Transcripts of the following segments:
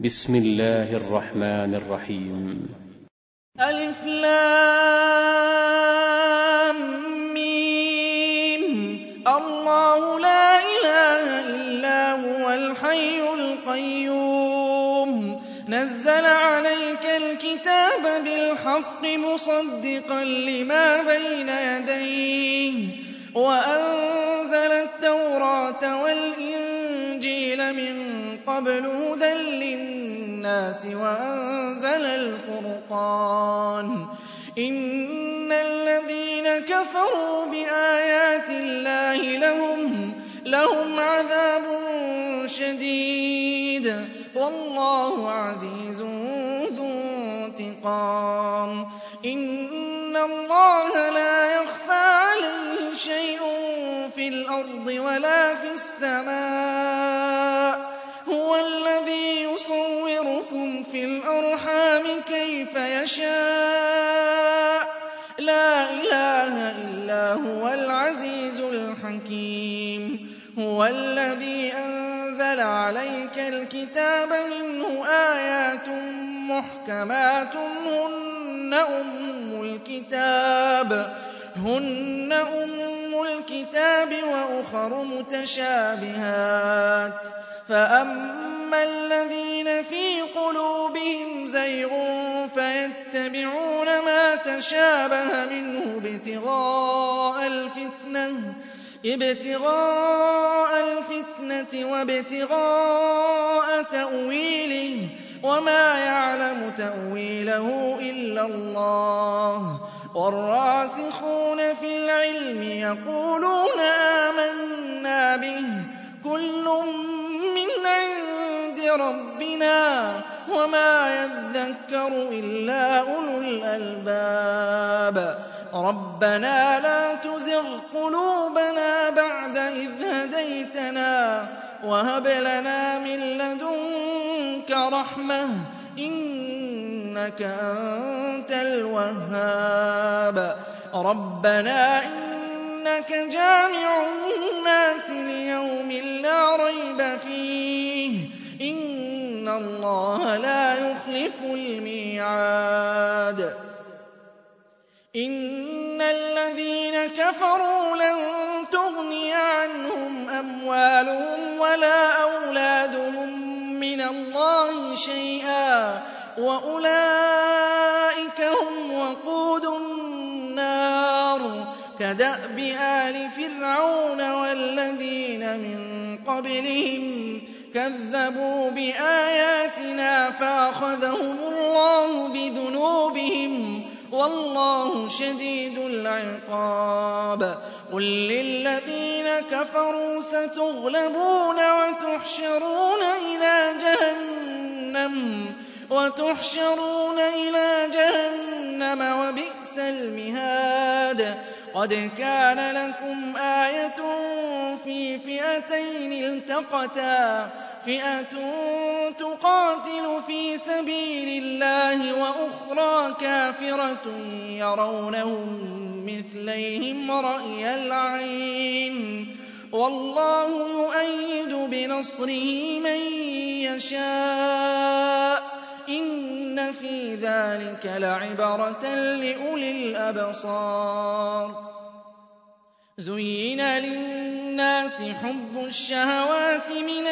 بسم الله الرحمن الرحيم. ألف لام ميم. الله لا إله إلا هو الحي القيوم نزل عليك الكتاب بالحق مصدقا لما بين يديه وأنزل التوراة والإنجيل من قبل هدى للناس وأنزل الفرقان إن الذين كفروا بآيات الله لهم عذاب شديد والله عزيز ذو انتقام إن الله لا يخفى عليه شيء في الأرض ولا في السماء هو الذي يصوركم في الأرحام كيف يشاء لا إله إلا هو العزيز الحكيم هو الذي أنزل عليك الكتاب منه آيات محكمات هن أم الكتاب وأخر متشابهات فأما الذين في قلوبهم زيغ فيتبعون ما تشابه منه ابتغاء الفتنة وابتغاء تأويله وما يعلم تأويله إلا الله والراسخون في العلم يقولون آمنا به كل من عند ربنا وما يذكر إلا أولو الألباب ربنا لا تزغ قلوبنا بعد إذ هديتنا وهب لنا من لدنك رحمة إنك أنت الوهاب ربنا إنك جامع الناس ليوم لا ريب فيه إن الله لا يخلف الميعاد إن الذين كفروا لن تغني عنهم أموالهم ولا أولادهم من الله شيئا وأولئك هم وقود النار كدأب آل فرعون والذين من قبلهم كذبوا بآياتنا فأخذهم الله بذنوبهم والله شديد العقاب قل للذين كفروا ستغلبون وتحشرون إلى جهنم وبئس المهاد قد كان لكم آية في فئتين التقتا فئة تقاتل في سبيل الله وأخرى كافرة يرونهم مثليهم رأي العين والله يؤيد بنصره من يشاء إن في ذلك لعبرة لأولي الأبصار زين للناس حب الشهوات من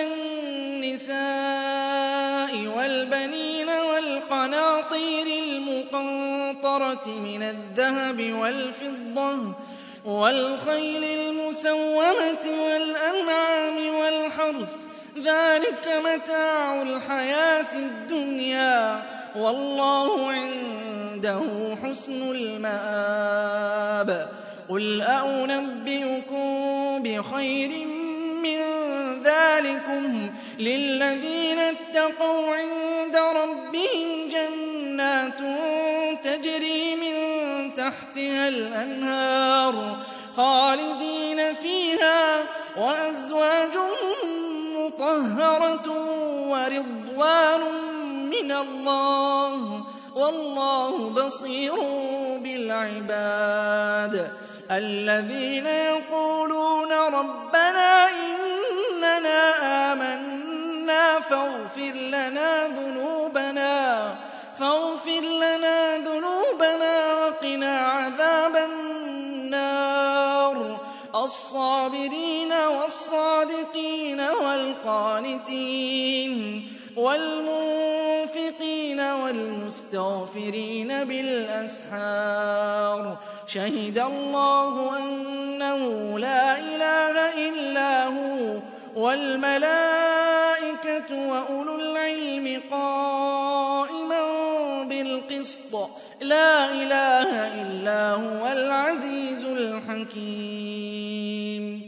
النساء والبنين والقناطير المقنطرة من الذهب والفضة والخيل المسومة والأنعام والحرث ذلك متاع الحياة الدنيا والله عنده حسن المآب قل أنبئكم بخير من ذلكم للذين اتقوا عند ربهم جنات تجري من تحتها الأنهار خالدين فيها وأزواج مطهرة ورضوان من الله والله بصير بالعباد الذين يقولون ربنا إننا آمنا آمَنَّا فاغفر لنا ذنوبنا وقنا عذاب النار الصابرين والصادقين والقانتين والمنفقين والمستغفرين بالأسحار شهد الله أنه لا إله إلا هو والملائكة وأولو العلم قائما بالقسط لا إله إلا هو العزيز الحكيم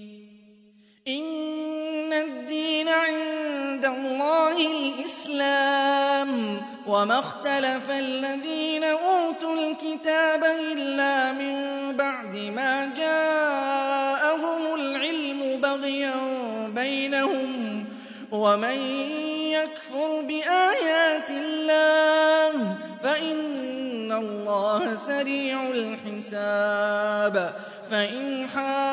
إن الدين عند الله الإسلام وما اختلف الذين أوتوا الكتاب إلا من بعد ما جاءهم العلم بغيا بينهم ومن يكفر بآيات الله فإن الله سريع الحساب فإن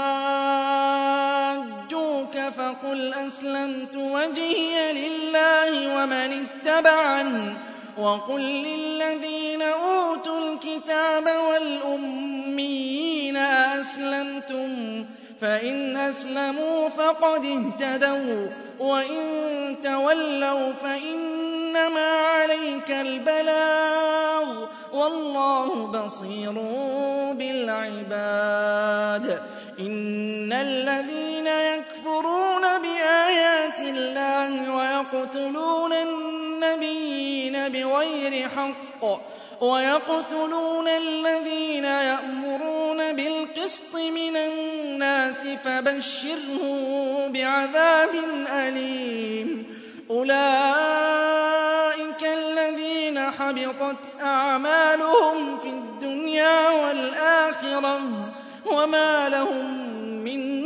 حاجوك فقل أسلمت وجهي لله ومن اتبعني وقل للذين أوتوا الكتاب والأميين أسلمتم فإن أسلموا فقد اهتدوا وإن تولوا فإنما عليك البلاغ والله بصير بالعباد إن الذين يكفرون بآيات الله ويقتلون النبيين بغير حق ويقتلون الذين يأمرون بالقسط من الناس فبشرهم بعذاب أليم أولئك الذين حبطت أعمالهم في الدنيا والآخرة وما لهم من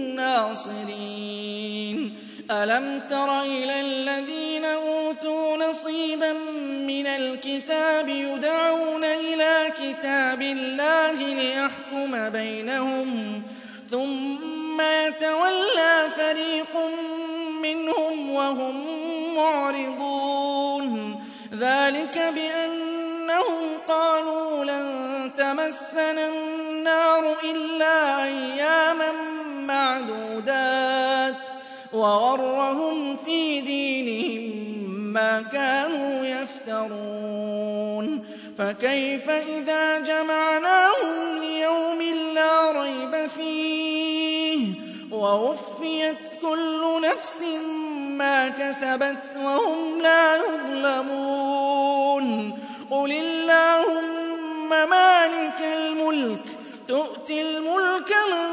ناصرين ألم تر إلى الذين أوتوا نصيبا من الكتاب يدعون إلى كتاب الله ليحكم بينهم ثم يتولى فريق منهم وهم معرضون ذلك بأنهم قالوا لن تمسنا النار إلا أياما معدودات وغرهم في دينهم ما كانوا يفترون فكيف إذا جمعناهم ليوم لا ريب فيه ووفيت كل نفس ما كسبت وهم لا يظلمون قل اللهم مالك الملك تؤتي الملك من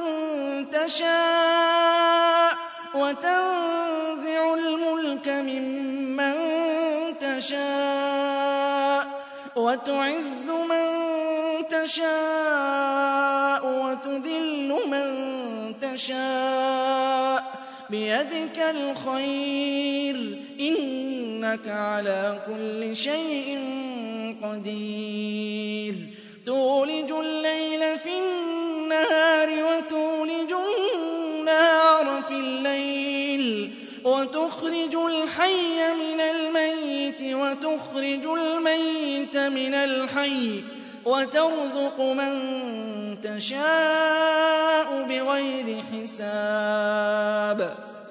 تشاء وتنزع الملك ممن تشاء وتعز من تشاء وتذل من تشاء بيدك الخير إنك على كل شيء قدير تولج الليل في النهار وتولج النهار في الليل وتخرج الحي من الميت وتخرج الميت من الحي وترزق من تشاء بغير حساب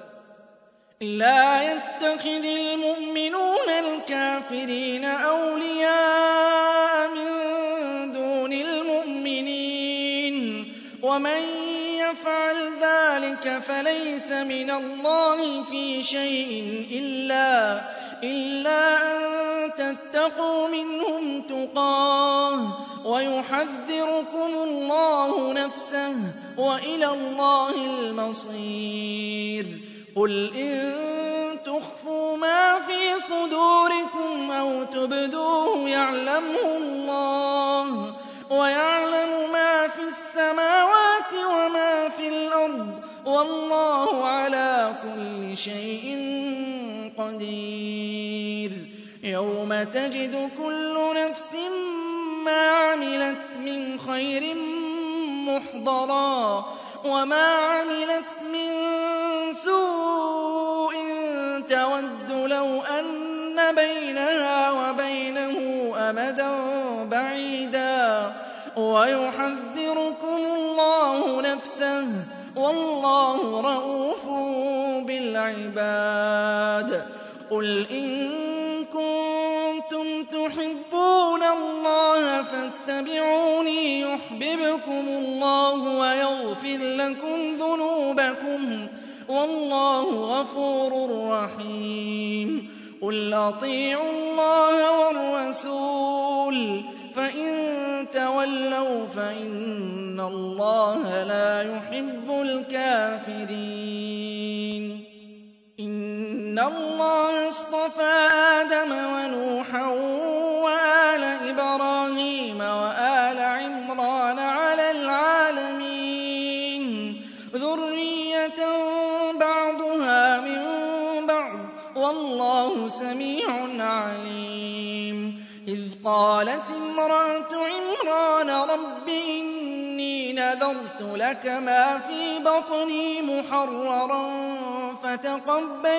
لا يتخذ المؤمنون الكافرين أولياء من دون المؤمنين ومن يفعل ذلك فليس من الله في شيء إلا أن تتقوا منهم تقاه ويحذركم الله نفسه وإلى الله المصير قل إن تخفوا ما في صدوركم أو تبدوه يعلمه الله ويعلم ما في السماوات وما في الأرض والله على كل شيء قدير يوم تجد كل نفس ما عملت من خير محضرا وما عملت من سوء تَوَدُّ لَوْ أَنَّ بَيْنَهَا وَبَيْنَهُ أَمَدًا بَعِيدًا وَيُحَذِّرُكُمُ اللَّهُ نَفْسَهُ ۗ وَاللَّهُ رَءُوفٌ بِالْعِبَادِ. قُلْ إِن كُنتُمْ تُحِبُّونَ اللَّهَ فَاتَّبِعُونِي يُحْبِبْكُمُ اللَّهُ وَيَغْفِرْ لَكُمْ ذُنُوبَكُمْ ۗ وَاللَّهُ غَفُورٌ رَّحِيمٌ. قُلْ أَطِيعُوا اللَّهَ وَالرَّسُولَ ۖ فَإِن تَوَلَّوْا فَإِنَّ اللَّهَ لَا يُحِبُّ الْكَافِرِينَ. إِنَّ اللَّهَ اصْطَفَىٰ آدَمَ وَنُوحًا وَآلَ إِبْرَاهِيمَ وَآلَ عِمْرَانَ عَلَى الْعَالَمِينَ ذُرِّيَّةً بَعْضُهَا مِن بَعْضٍ ۖ وَاللَّهُ سَمِيعٌ عَلِيمٌ. إِذْ قَالَتِ امْرَأَتُ عِمْرَانَ رَبِّ إِنِّي نَذَرْتُ لَكَ مَا فِي بَطْنِي مُحَرَّرًا فَتَقَبَّلْ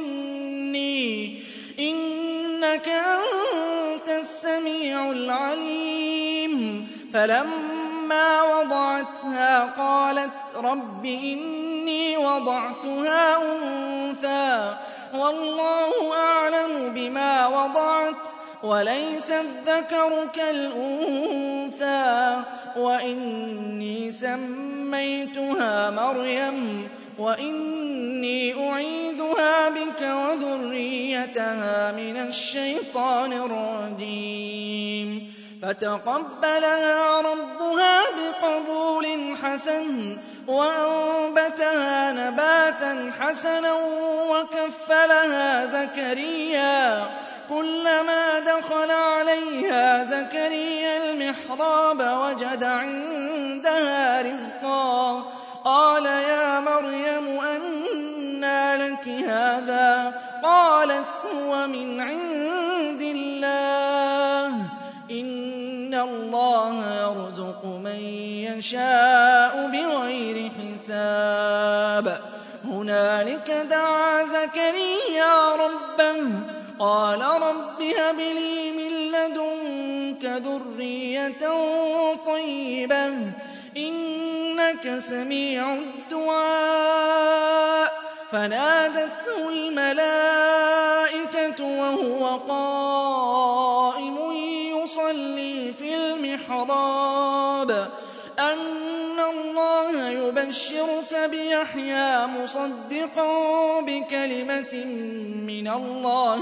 مِنِّي ۖ إِنَّكَ أَنتَ السَّمِيعُ الْعَلِيمُ. فَلَمَّا وَضَعَتْهَا قَالَتْ رَبِّ إِنِّي وَضَعْتُهَا أُنثَىٰ وَاللَّهُ أَعْلَمُ بِمَا وَضَعَتْ وَلَيْسَ الذَّكَرُ كَالْأُنثَىٰ وَإِنِّي سَمَّيْتُهَا مَرْيَمَ وَإِنِّي أُعِيذُهَا بِكَ وَذُرِّيَّتَهَا مِنَ الشَّيْطَانِ الرَّجِيمِ. فَتَقَبَّلَهَا رَبُّهَا بِقَبُولٍ حَسَنٍ وَأَنبَتَهَا نَبَاتًا حَسَنًا وَكَفَّلَهَا زَكَرِيَّا. كُلَّمَا دَخَلَ عَلَيْهَا زَكَرِيَّا الْمِحْرَابَ وَجَدَ عِندَهَا رِزْقًا قَالَ يَا مَرْيَمُ أَنَّىٰ لَكِ هَٰذَا ۖ قَالَتْ هُوَ مِنْ عِندِ اللَّهِ ۖ إِنَّ اللَّهَ يَرْزُقُ مَن يَشَاءُ بِغَيْرِ حِسَابٍ. هُنَالِكَ دَعَا زَكَرِيَّا رَبَّهُ قَالَ رَبِّ هَبْ لِي مِن لَّدُنكَ ذُرِّيَّةً طَيِّبَةً ۖ إِنَّكَ سَمِيعُ الدُّعَاءِ. فَنَادَتْهُ الْمَلَائِكَةُ وَهُوَ قَائِمٌ يُصَلِّي فِي الْمِحْرَابِ أَنَّ اللَّهَ يُبَشِّرُكَ بِيَحْيَىٰ مُصَدِّقًا بِكَلِمَةٍ مِّنَ اللَّهِ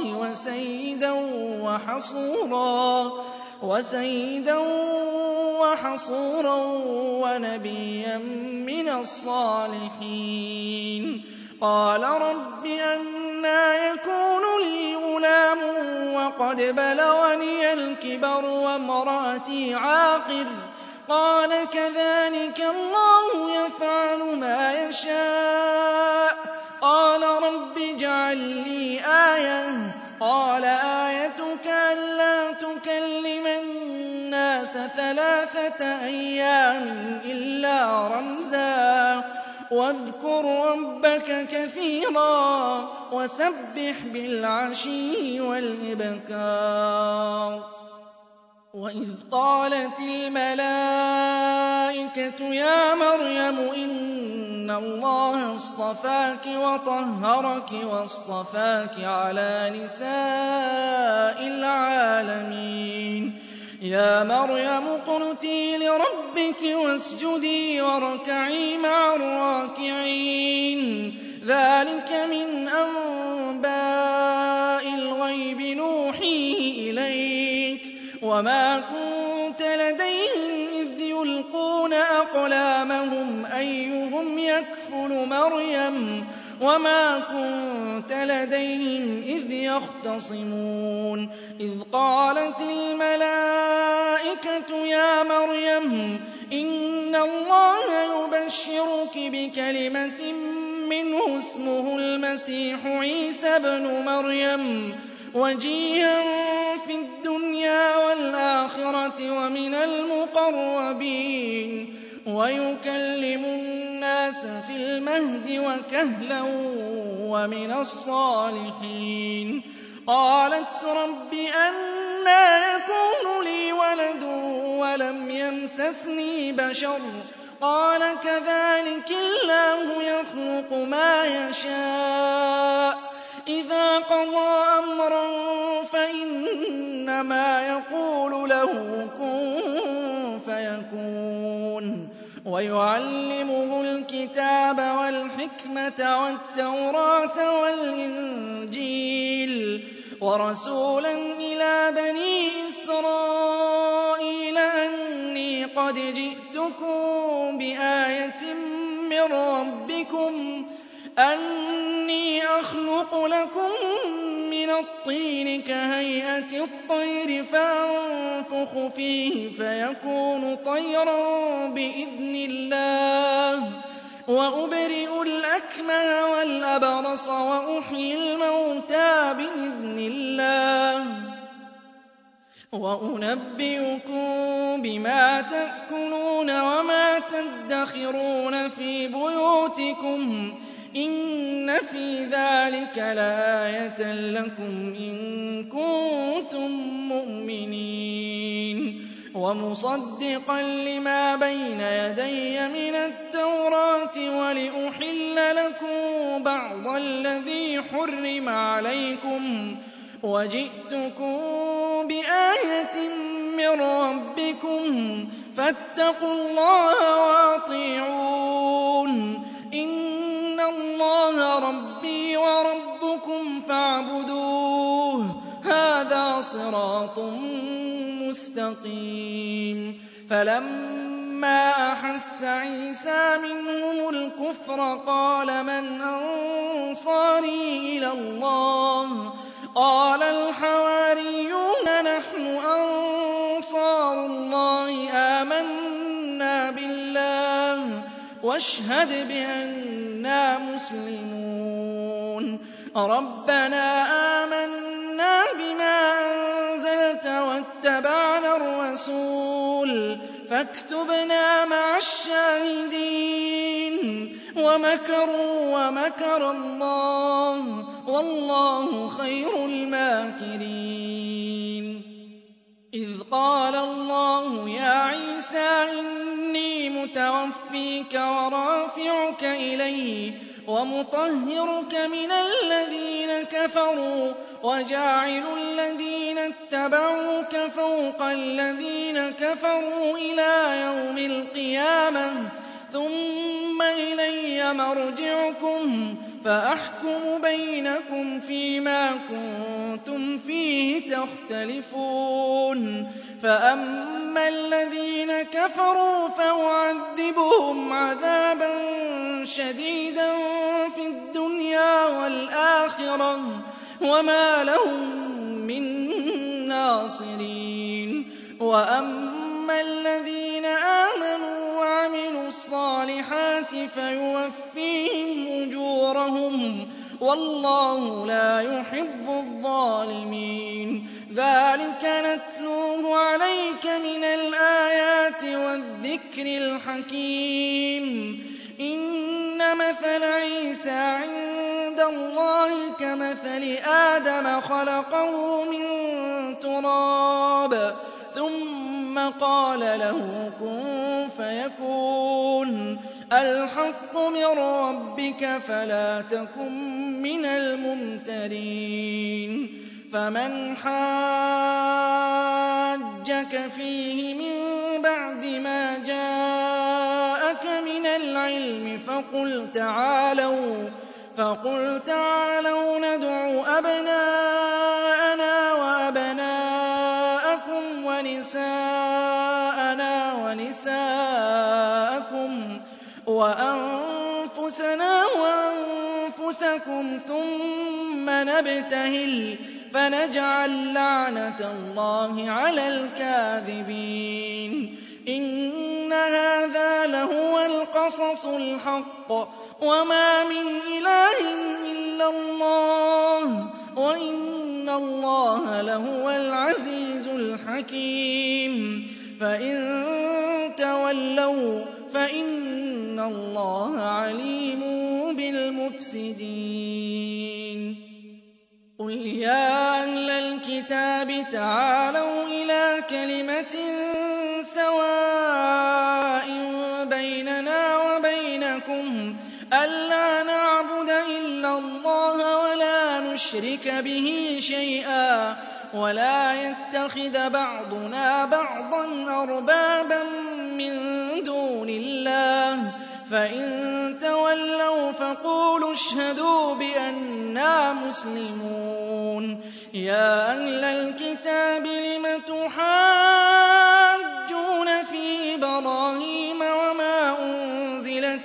وَسَيِّدًا وَحَصُورًا وَنَبِيًّا مِّنَ الصَّالِحِينَ. قَالَ رَبِّ أَنَّىٰ يَكُونُ لِي غُلَامٌ وَقَدْ بَلَغَنِيَ الْكِبَرُ وَامْرَأَتِي عَاقِرٌ ۖ قَالَ كَذَٰلِكَ اللَّهُ يَفْعَلُ مَا يَشَاءُ. قَالَ رَبِّ اجْعَل لِّي آيَةً ۖ قَالَ آيَتُكَ أَلَّا تُكَلِّمَ النَّاسَ 3 أيَّامٍ إِلَّا رَمْزًا ۗ وَاذْكُر رَّبَّكَ كَثِيرًا وَسَبِّحْ بِالْعَشِيِّ وَالْإِبْكَارِ. وَإِذْ قَالَتِ الْمَلَائِكَةُ يَا مَرْيَمُ إِنَّ اللَّهَ اصْطَفَاكِ وَطَهَّرَكِ وَاصْطَفَاكِ عَلَىٰ نِسَاءِ الْعَالَمِينَ. يَا مَرْيَمُ اقْنُتِي لِرَبِّكِ وَاسْجُدِي وَارْكَعِي مَعَ الرَّاكِعِينَ. ذَٰلِكَ مِنْ أَنبَاءِ الْغَيْبِ نُوحِيهِ إِلَيْكَ ۖ وَمَا كُنتَ لَدَيْهِمْ إِذْ يُلْقُونَ أَقْلَامَهُمْ أَيُّهُمْ يَكْفُلُ مَرْيَمَ وَمَا كُنتَ لَدَيْهِمْ إِذْ يَخْتَصِمُونَ. إِذْ قَالَتِ الْمَلَائِكَةُ يَا مَرْيَمُ إِنَّ اللَّهَ يُبَشِّرُكِ بِكَلِمَةٍ مِّنْهُ اسْمُهُ الْمَسِيحُ عِيسَى ابْنُ مَرْيَمَ وَجِيهًا فِي الدُّنْيَا وَالْآخِرَةِ وَمِنَ الْمُقَرَّبِينَ. ويكلم الناس في المهد وكهلا ومن الصالحين. قالت رب أنى يكون لي ولد ولم يمسسني بشر قال كذلك الله يخلق ما يشاء إذا قضى أمرا فإنما يقول له كن فيكون. ويعلمه الكتاب والحكمة والتوراة والإنجيل ورسولا إلى بني إسرائيل أني قد جئتكم بآية من ربكم أني أخلق لكم من الطين كهيئة الطير فأنفخ فيه فيكون طيرا بإذن الله وأبرئ الأكمه والأبرص وأحيي الموتى بإذن الله وأنبئكم بما تأكلون وما تدخرون في بيوتكم إن في ذلك لآية لكم إن كنتم مؤمنين. ومصدقا لما بين يدي من التوراة ولأحل لكم بعض الذي حرم عليكم وجئتكم بآية من ربكم فاتقوا الله وأطيعون إن الله ربي وربكم فاعبدوه هذا صراط مستقيم. فلما أحس عيسى منهم الكفر قال من أنصاري إلى الله قال الحواريون نحن أنصار الله آمنا بالله واشهد بأننا مسلمون. ربنا آمنا بما أنزلت واتبعنا الرسول فاكتبنا مع الشاهدين. ومكروا ومكر الله والله خير الماكرين. إذ قال الله يا عيسى إني متوفيك ورافعك إلي ومطهرك من الذين كفروا وجاعل الذين اتبعوك فوق الذين كفروا إلى يوم القيامة ثم إلي مرجعكم فأحكم بينكم فيما كنتم فيه تختلفون. فأما الذين كفروا فأعذبهم عذابا شديدا في الدنيا والآخرة وما لهم من ناصرين. وأما الذين آمنوا وعملوا الصالحات فيوفيهم أجورهم والله لا يحب الظالمين. ذلك نتلوه عليك من الآيات والذكر الحكيم. إن مثل عيسى عند الله كمثل آدم خلقه من تراب ثم قال له كن فيكون. الحق من ربك فلا تكن من الممترين. فمن حاجك فيه من بعد ما جاءك من العلم فقل تعالوا ندع أبناءنا وأبناءكم ونساءنا ونساءكم وأنفسنا وأنفسكم ثم نبتهل فنجعل لعنة الله على الكاذبين. إن هذا لهو القصص الحق وما من إله إلا الله وإن الله لهو العزيز الحكيم. فإن تولوا فإن الله عليم بالمفسدين قل يا أهل الكتاب تعالوا إلى كلمة سواء بيننا وبينكم ألا نعبد إلا الله ولا نشرك به شيئا ولا يتخذ بعضنا بعضا أربابا من دون الله فإن تولوا فقولوا اشهدوا بأننا مسلمون يا أهل الكتاب لم تحاجون في إبراهيم وما أنزلت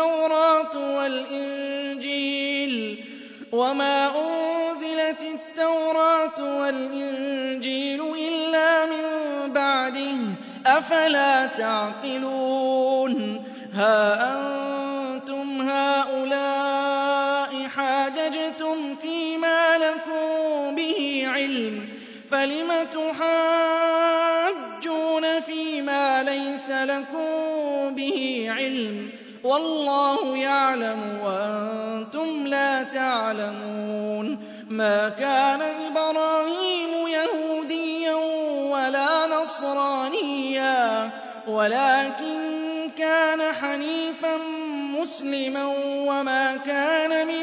التوراة والإنجيل إلا من بعده أفلا تعقلون ها أنتم هؤلاء حاججتم فيما لكم به علم فلم تحاجون فيما ليس لكم به علم والله يعلم وأنتم لا تعلمون ما كان إبراهيم يهوديا ولا نصرانيا ولكن كان حنيفا مسلما وما كان من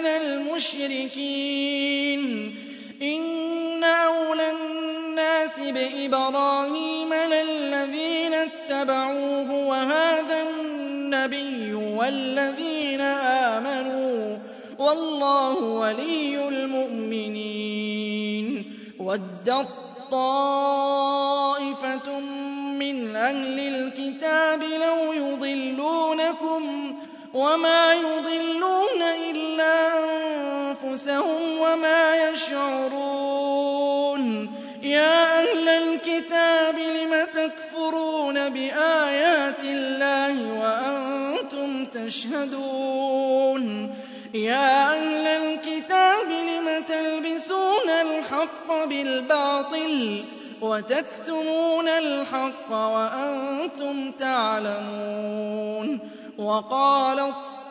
المشركين إن أولى الناس بإبراهيم للذين اتبعوه وهذا النبي والذين آمنوا والله ولي المؤمنين ودت طائفة من أهل الكتاب لو يضلونكم وما يضلون إلا أنفسهم وما يشعرون يا أهل الكتاب لم تكفرون بآيات الله وأنتم تشهدون يا أهل الكتاب لم تلبسون الحق بالباطل وتكتمون الحق وأنتم تعلمون وقالت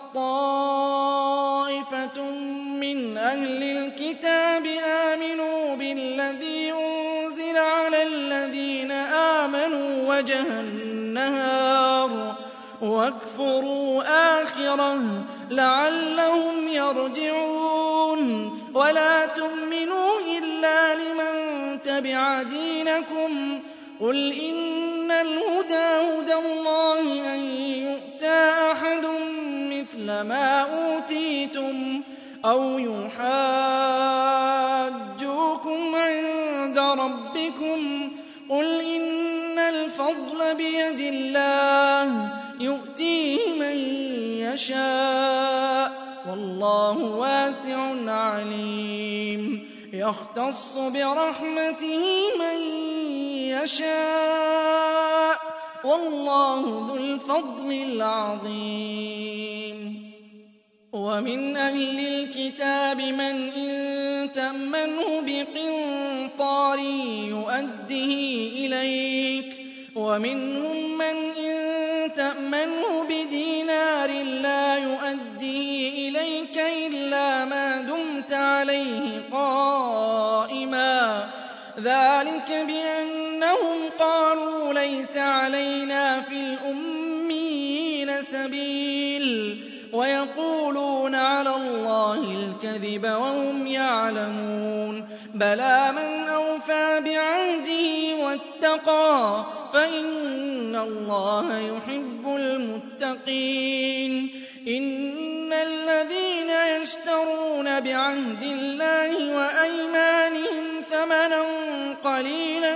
طائفة من أهل الكتاب آمنوا بالذي أنزل على الذين آمنوا وجه النهار واكفروا آخره لعلهم يرجعون ولا تؤمنوا إلا لمن تبع دينكم قل إن الهدى هدى الله أن يؤتى أحد مثل ما أوتيتم أو يحاجوكم عند ربكم قل إن الفضل بيد الله يؤتيه من يشاء والله واسع عليم يختص برحمته من يشاء والله ذو الفضل العظيم ومن أهل الكتاب من إن تأمنه بقنطار يؤده إليك ومنهم من إن تأمنه بدينار لا يؤديه إليك إلا ما دمت عليه قائما ذلك بأنهم قالوا ليس علينا في الأميين سبيل ويقولون على الله الكذب وهم يعلمون بلى من أوفى بعهده واتقى فإن الله يحب المتقين إن الذين يشترون بعهد الله وأيمانهم ثمنا قليلا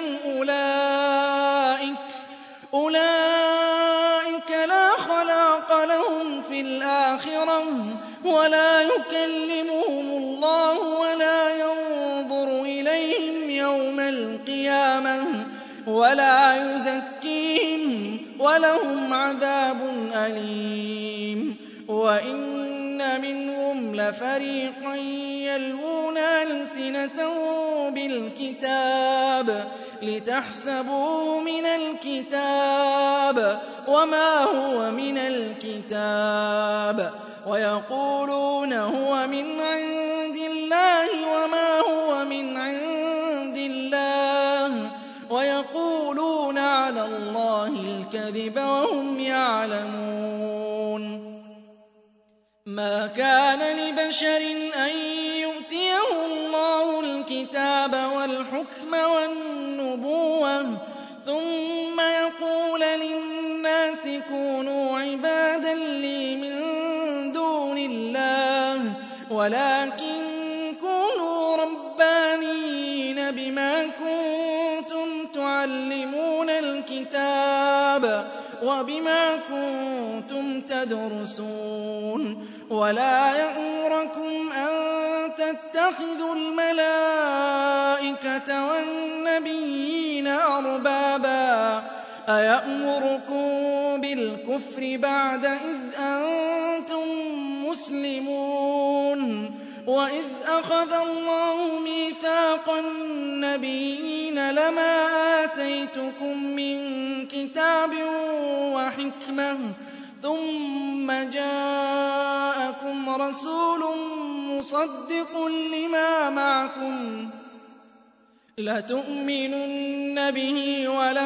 أولئك لا خلاق لهم في الآخرة ولا يكلمهم الله ولا ينظر إليهم يوم القيامة ولا يزكيهم ولهم عذاب أليم وإن منهم لفريقا يلوون ألسنتهم بالكتاب لِتَحْسَبُوهُ مِنَ الْكِتَابِ وَمَا هُوَ مِنَ الْكِتَابِ وَيَقُولُونَ هُوَ مِنْ عِندِ اللَّهِ وَمَا هُوَ مِنْ عِندِ اللَّهِ وَيَقُولُونَ عَلَى اللَّهِ الْكَذِبَ وَهُمْ يَعْلَمُونَ مَا كَانَ لِبَشَرٍ أَن يُؤْتِيَهُ اللَّهُ الْكِتَابَ وَالْحُكْمَ وَالنُّبُوَّةَ ثُمَّ يَقُولَ لِلنَّاسِ كُونُوا عِبَادًا لِّي مِن دُونِ اللَّهِ وَلَٰكِن كُونُوا رَبَّانِيِّينَ بِمَا كُنتُمْ تُعَلِّمُونَ الْكِتَابَ وَبِمَا كُنتُمْ تَدْرُسُونَ وَلَا يَأْمُرَكُمْ أَن تَتَّخِذُوا الْمَلَائِكَةَ وَالنَّبِيِّينَ أَرْبَابًا أَيَأْمُرُكُم بِالْكُفْرِ بَعْدَ إِذْ أَنتُم مُّسْلِمُونَ وَإِذْ أَخَذَ اللَّهُ مِيثَاقَ النَّبِيِّينَ لَمَا آتَيْتُكُم مِّن كِتَابٍ وَحِكْمَةٍ ثُمَّ جَاءَكُمْ رَسُولٌ مُّصَدِّقٌ لِّمَا مَعَكُمْ لَتُؤْمِنُنَّ بِهِ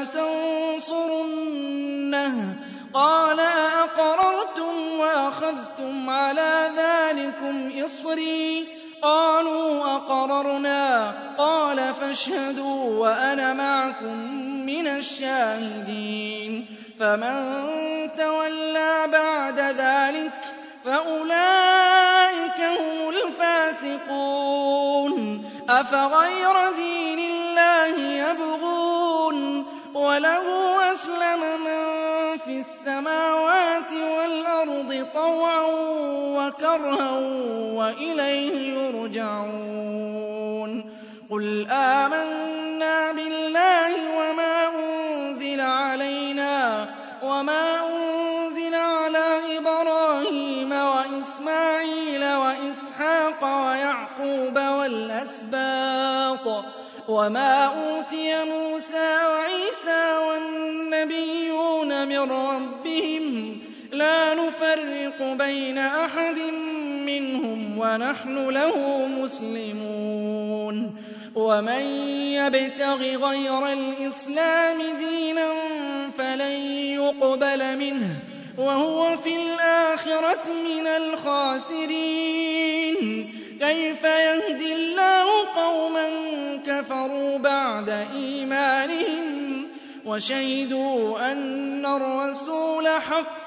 وَلَتَنصُرُنَّهُ قَالَ أَأَقْرَرْتُمْ وَأَخَذْتُمْ عَلَىٰ ذَٰلِكُمْ إِصْرِي قَالُوا أَقْرَرْنَا قَالَ فَاشْهَدُوا وَأَنَا مَعَكُم مِّنَ الشَّاهِدِينَ فَمَن تَوَلَّىٰ بَعْدَ ذَٰلِكَ فَأُولَٰئِكَ هُمُ الْفَاسِقُونَ أَفَغَيْرَ دِينِ اللَّهِ يَبْغُونَ وَلَهُ أَسْلَمَ مَن فِي السَّمَاوَاتِ وَالْأَرْضِ طَوْعًا وَكَرْهًا وَإِلَيْهِ يُرْجَعُونَ قُلْ آمَنَّا بِاللَّهِ وَمَا أُنزِلَ عَلَيْنَا وَمَا أُنزِلَ عَلَىٰ إِبْرَاهِيمَ وَإِسْمَاعِيلَ وَإِسْحَاقَ وَيَعْقُوبَ وَالْأَسْبَاطِ وَمَا أُوتِيَ مُوسَىٰ وَعِيسَىٰ وَالنَّبِيُّونَ مِن رَّبِّهِمْ لَا نُفَرِّقُ بَيْنَ أَحَدٍ مِّنْهُمْ وَنَحْنُ لَهُ مُسْلِمُونَ وَمَن يَبْتَغِ غَيْرَ الْإِسْلَامِ دِينًا فَلَن يُقْبَلَ مِنْهُ وَهُوَ فِي الْآخِرَةِ مِنَ الْخَاسِرِينَ كَيْفَ يَهْدِي اللَّهُ قَوْمًا كَفَرُوا بَعْدَ إِيمَانِهِمْ وَشَهِدُوا أَنَّ الرَّسُولَ حَقٌّ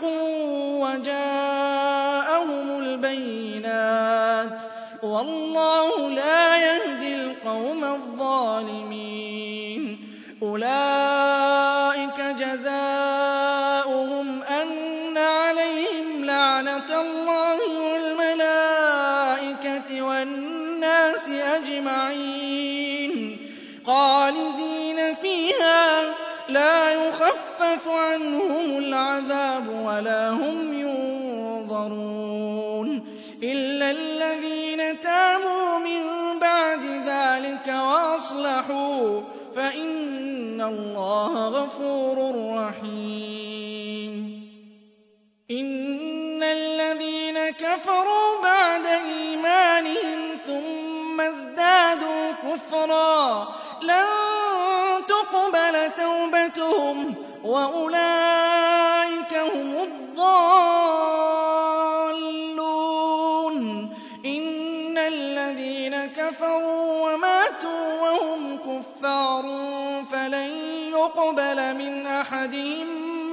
وَجَاءَهُمُ الْبَيِّنَاتُ وَاللَّهُ لَا يَهْدِي الْقَوْمَ الظَّالِمِينَ أُولَٰئِكَ جَزَاؤُهُمْ أَنَّ عَلَيْهِمْ لَعْنَةَ اللَّهِ وَالْمَلَائِكَةِ وَالنَّاسِ أَجْمَعِينَ خَالِدِينَ فِيهَا لَا يُخَفَّفُ عَنْهُمُ الْعَذَابُ وَلَا هُمْ يُنظَرُونَ إِلَّا الَّذِينَ تَابُوا مِن بَعْدِ ذَٰلِكَ وَأَصْلَحُوا فَإِنَّ اللَّهَ غَفُورٌ رَّحِيمٌ إِنَّ الَّذِينَ كَفَرُوا بَعْدَ إِيمَانِهِمْ ثُمَّ ازْدَادُوا كُفْرًا لَّن تُقْبَلَ تَوْبَتُهُمْ وَأُولَٰئِكَ هُمُ الضَّالُّونَ إِنَّ الَّذِينَ كَفَرُوا وَمَاتُوا وَهُمْ كُفَّارٌ فَلَن يُقْبَلَ مِنْ أَحَدِهِم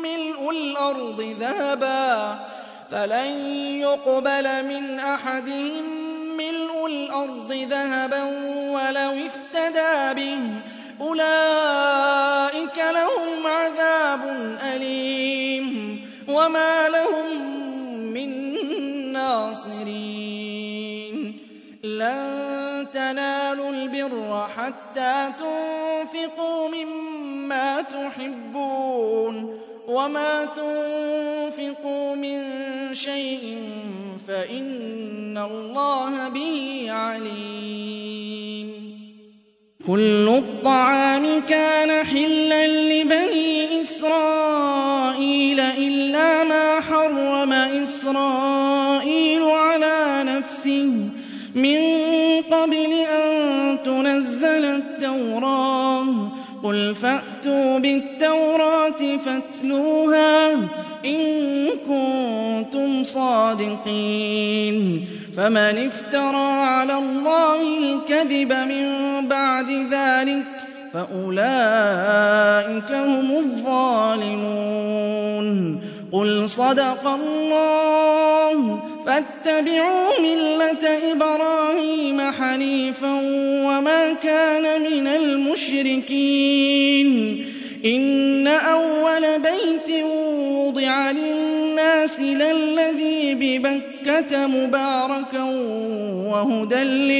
مِّلْءُ الْأَرْضِ ذَهَبًا وَلَوِ افْتَدَىٰ بِهِ أُولَٰئِكَ لَهُمْ عَذَابٌ أَلِيمٌ وَمَا لَهُم مِّن نَّاصِرِينَ لَن تَنَالُوا الْبِرَّ حَتَّىٰ تُنفِقُوا مِمَّا تُحِبُّونَ وَمَا تُنفِقُوا مِن شَيْءٍ فَإِنَّ اللَّهَ بِهِ عَلِيمٌ كُلُّ الطَّعَامِ كَانَ حِلًّا لِّبَنِي إِسْرَائِيلَ إِلَّا مَا حَرَّمَ إِسْرَائِيلُ عَلَىٰ نَفْسِهِ مِن قَبْلِ أَن تُنَزَّلَ التَّوْرَاةُ ۗ قُلْ فَأْتُوا بِالتَّوْرَاةِ فَاتْلُوهَا إِن كُنتُمْ صَادِقِينَ فَمَنِ افْتَرَىٰ عَلَى اللَّهِ الْكَذِبَ مِن بَعْدِ ذَٰلِكَ فَأُولَٰئِكَ هُمُ الظَّالِمُونَ قُلْ صَدَقَ اللَّهُ فَاتَّبِعُوا مِلَّةَ إِبْرَاهِيمَ حَنِيفًا وَمَا كَانَ مِنَ الْمُشْرِكِينَ إِنَّ أَوَّلَ بَيْتٍ وُضِعَ لِلنَّاسِ لَلَّذِي بِبَكَّةَ مُبَارَكًا وَهُدًى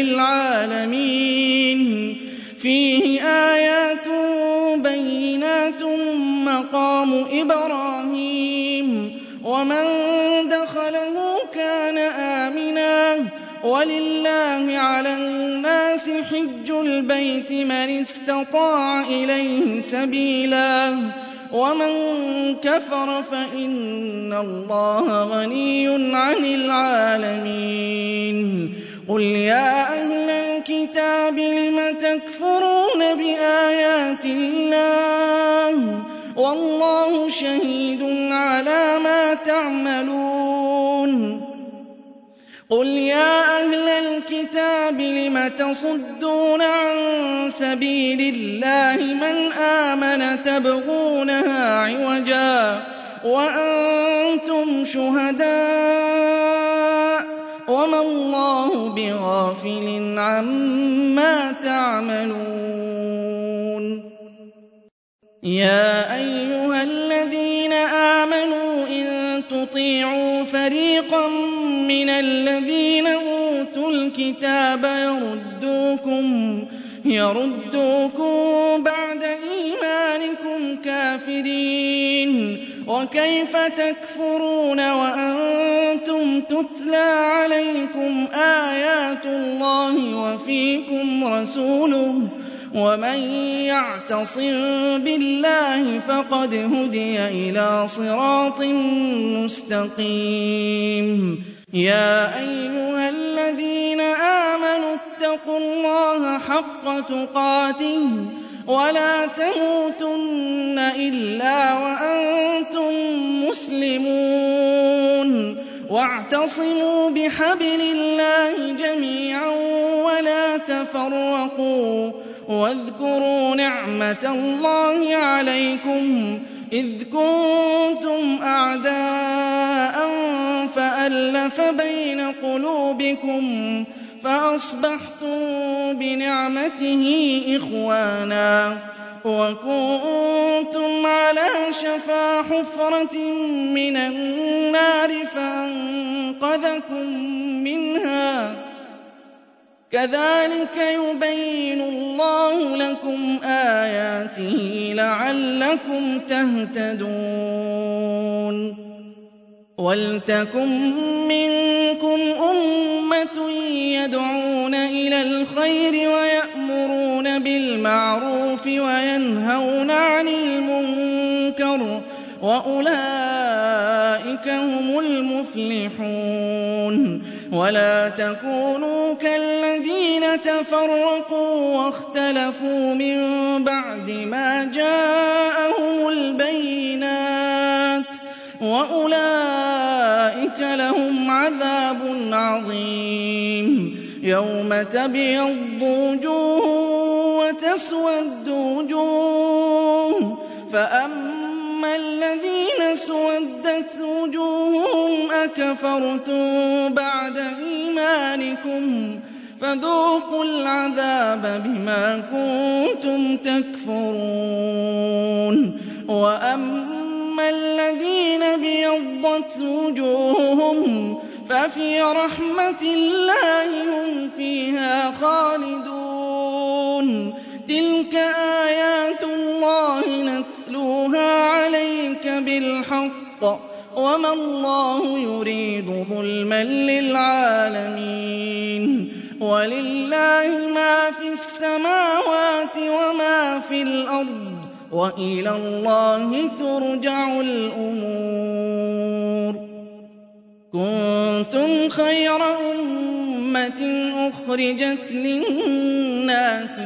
لِّلْعَالَمِينَ فِيهِ آيَاتٌ بَيِّنَاتٌ مَّقَامُ إِبْرَاهِيمَ وَمَن دَخَلَهُ كَانَ آمِنًا وَلِلَّهِ عَلَى النَّاسِ حِجُّ الْبَيْتِ مَنِ اسْتَطَاعَ إِلَيْهِ سَبِيلًا وَمَن كَفَرَ فَإِنَّ اللَّهَ غَنِيٌّ عَنِ الْعَالَمِينَ قُلْ يَا أَهْلَ الْكِتَابِ لِمَ تَكْفُرُونَ بِآيَاتِ اللَّهِ وَاللَّهُ شَهِيدٌ عَلَىٰ مَا تَعْمَلُونَ قُلْ يَا أَهْلَ الْكِتَابِ لِمَ تَصُدُّونَ عَن سَبِيلِ اللَّهِ مَنْ آمَنَ تَبْغُونَهَا عِوَجًا وَأَنتُمْ شُهَدَاءُ وَمَا اللَّهُ بِغَافِلٍ عَمَّا تَعْمَلُونَ يَا أَيُّهَا الَّذِينَ آمَنُوا إِن تُطِيعُوا فَرِيقًا مِّنَ الَّذِينَ أُوتُوا الْكِتَابَ يَرُدُّوكُم بَعْدَ إِيمَانِكُمْ كَافِرِينَ وَكَيْفَ تَكْفُرُونَ وَأَنتُمْ تُتْلَىٰ عَلَيْكُمْ آيَاتُ اللَّهِ وَفِيكُمْ رَسُولُهُ ۗ وَمَن يَعْتَصِم بِاللَّهِ فَقَدْ هُدِيَ إِلَىٰ صِرَاطٍ مُّسْتَقِيمٍ يَا أَيُّهَا الَّذِينَ آمَنُوا اتَّقُوا اللَّهَ حَقَّ تُقَاتِهِ وَلَا تَمُوتُنَّ إِلَّا وَأَنتُم مُّسْلِمُونَ وَاعْتَصِمُوا بِحَبْلِ اللَّهِ جَمِيعًا وَلَا تَفَرَّقُوا وَاذْكُرُوا نِعْمَةَ اللَّهِ عَلَيْكُمْ إِذْ كُنتُمْ أَعْدَاءً فَأَلَّفَ بَيْنَ قُلُوبِكُمْ فَأَصْبَحْتُم بِنِعْمَتِهِ إِخْوَانًا وَكُنتُمْ عَلَىٰ شَفَا حُفْرَةٍ مِّنَ النَّارِ فَأَنقَذَكُم مِّنْهَا ۗ كَذَٰلِكَ يُبَيِّنُ اللَّهُ لَكُمْ آيَاتِهِ لَعَلَّكُمْ تَهْتَدُونَ وَلْتَكُن مِّنكُمْ أُمَّةٌ يَدْعُونَ إِلَى الْخَيْرِ وَيَأْمُرُونَ بِالْمَعْرُوفِ وَيَنْهَوْنَ عَنِ الْمُنكَرِ ۚ وَأُولَٰئِكَ هُمُ الْمُفْلِحُونَ وَلَا تَكُونُوا كَالَّذِينَ تَفَرَّقُوا وَاخْتَلَفُوا مِن بَعْدِ مَا جَاءَهُمُ الْبَيِّنَاتُ ۚ وَأُولَٰئِكَ لَهُمْ عَذَابٌ عَظِيمٌ يَوْمَ تَبْيَضُّ وُجُوهٌ وَتَسْوَدُّ وُجُوهٌ فَأَمَّا الَّذِينَ اسْوَدَّتْ وُجُوهُهُمْ أَكَفَرْتُم بَعْدَ إِيمَانِكُمْ فَذُوقُوا الْعَذَابَ بِمَا كُنتُمْ تَكْفُرُونَ وَأَمَّا الَّذِينَ ابْيَضَّتْ وُجُوهُهُمْ فَفِي رَحْمَةِ اللَّهِ هُمْ فِيهَا خَالِدُونَ تِلْكَ آيَاتُ اللَّهِ نَتْلُوهَا عَلَيْكَ بِالْحَقِّ ۚ وَمَا اللَّهُ يُرِيدُ ظُلْمًا لِّلْعَالَمِينَ وَلِلَّهِ مَا فِي السَّمَاوَاتِ وَمَا فِي الْأَرْضِ ۚ وَإِلَى اللَّهِ تُرْجَعُ الْأُمُورُ. كُنتُمْ خَيْرَ أُمَّةٍ أُخْرِجَتْ لِلنَّاسِ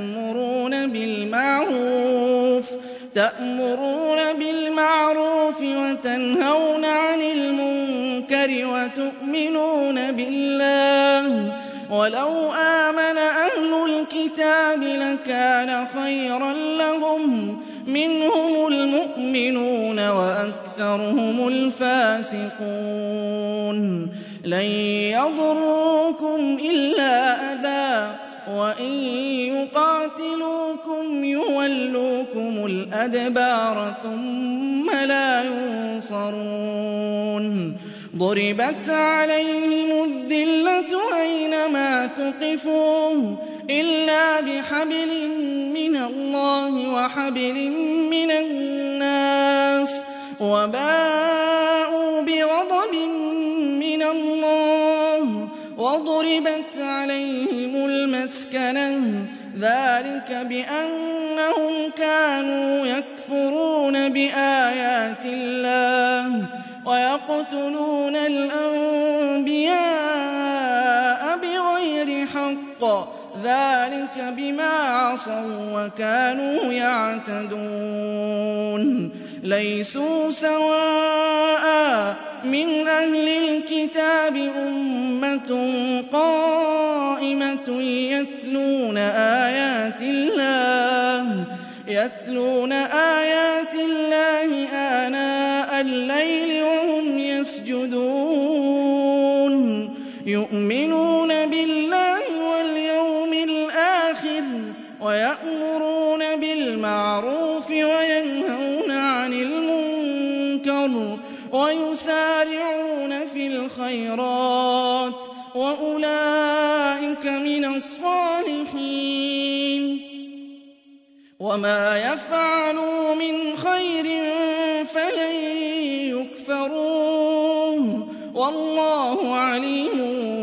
تَأْمُرُونَ بِالْمَعْرُوفِ وَتَنْهَوْنَ عَنِ الْمُنكَرِ وَتُؤْمِنُونَ بِاللَّهِ ۚ وَلَوْ آمَنَ أَهْلُ الْكِتَابِ لَكَانَ خَيْرًا لَّهُم ۚ مِّنْهُمُ الْمُؤْمِنُونَ وَأَكْثَرُهُمُ الْفَاسِقُونَ. لَن يَضُرُّوكُمْ إِلَّا أَذًى ۖ وَإِن يُقَاتِلُوكُمْ يُوَلُّوكُمُ الْأَدْبَارَ ثُمَّ لَا يُنصَرُونَ. ضُرِبَتْ عَلَيْهِمُ الذِّلَّةُ أَيْنَمَا ثُقِفُوا إِلَّا بِحَبْلٍ مِّنَ اللَّهِ وَحَبْلٍ مِّنَ النَّاسِ وَبَاءُوا بِغَضَبٍ مِّنَ اللَّهِ وَضُرِبَتْ عَلَيْهِمُ الْمَسْكَنَةُ ۚ ذَٰلِكَ بِأَنَّهُمْ كَانُوا يَكْفُرُونَ بِآيَاتِ اللَّهِ وَيَقْتُلُونَ الْأَنبِيَاءَ بِغَيْرِ حَقٍّ ۚ ذَٰلِكَ بِمَا عَصَوا وَّكَانُوا يَعْتَدُونَ. لَيْسُوا سَوَاءً ۗ مِّنْ أَهْلِ الْكِتَابِ أُمَّةٌ قَائِمَةٌ يَتْلُونَ آيَاتِ اللَّهِ آنَاءَ اللَّيْلِ وَهُمْ يَسْجُدُونَ يُؤْمِنُونَ بِاللَّهِ وَالْيَوْمِ الْآخِرِ وَيَأْمُرُونَ بِالْمَعْرُوفِ وَيَنْهَوْنَ عَنِ الْمُنكَرِ وَيُسَارِعُونَ فِي الْخَيْرَاتِ وَأُولَٰئِكَ مِنَ الصَّالِحِينَ. وَمَا يَفْعَلُوا مِنْ خَيْرٍ فَلَن يُكْفَرُوهُ ۗ وَاللَّهُ عَلِيمٌ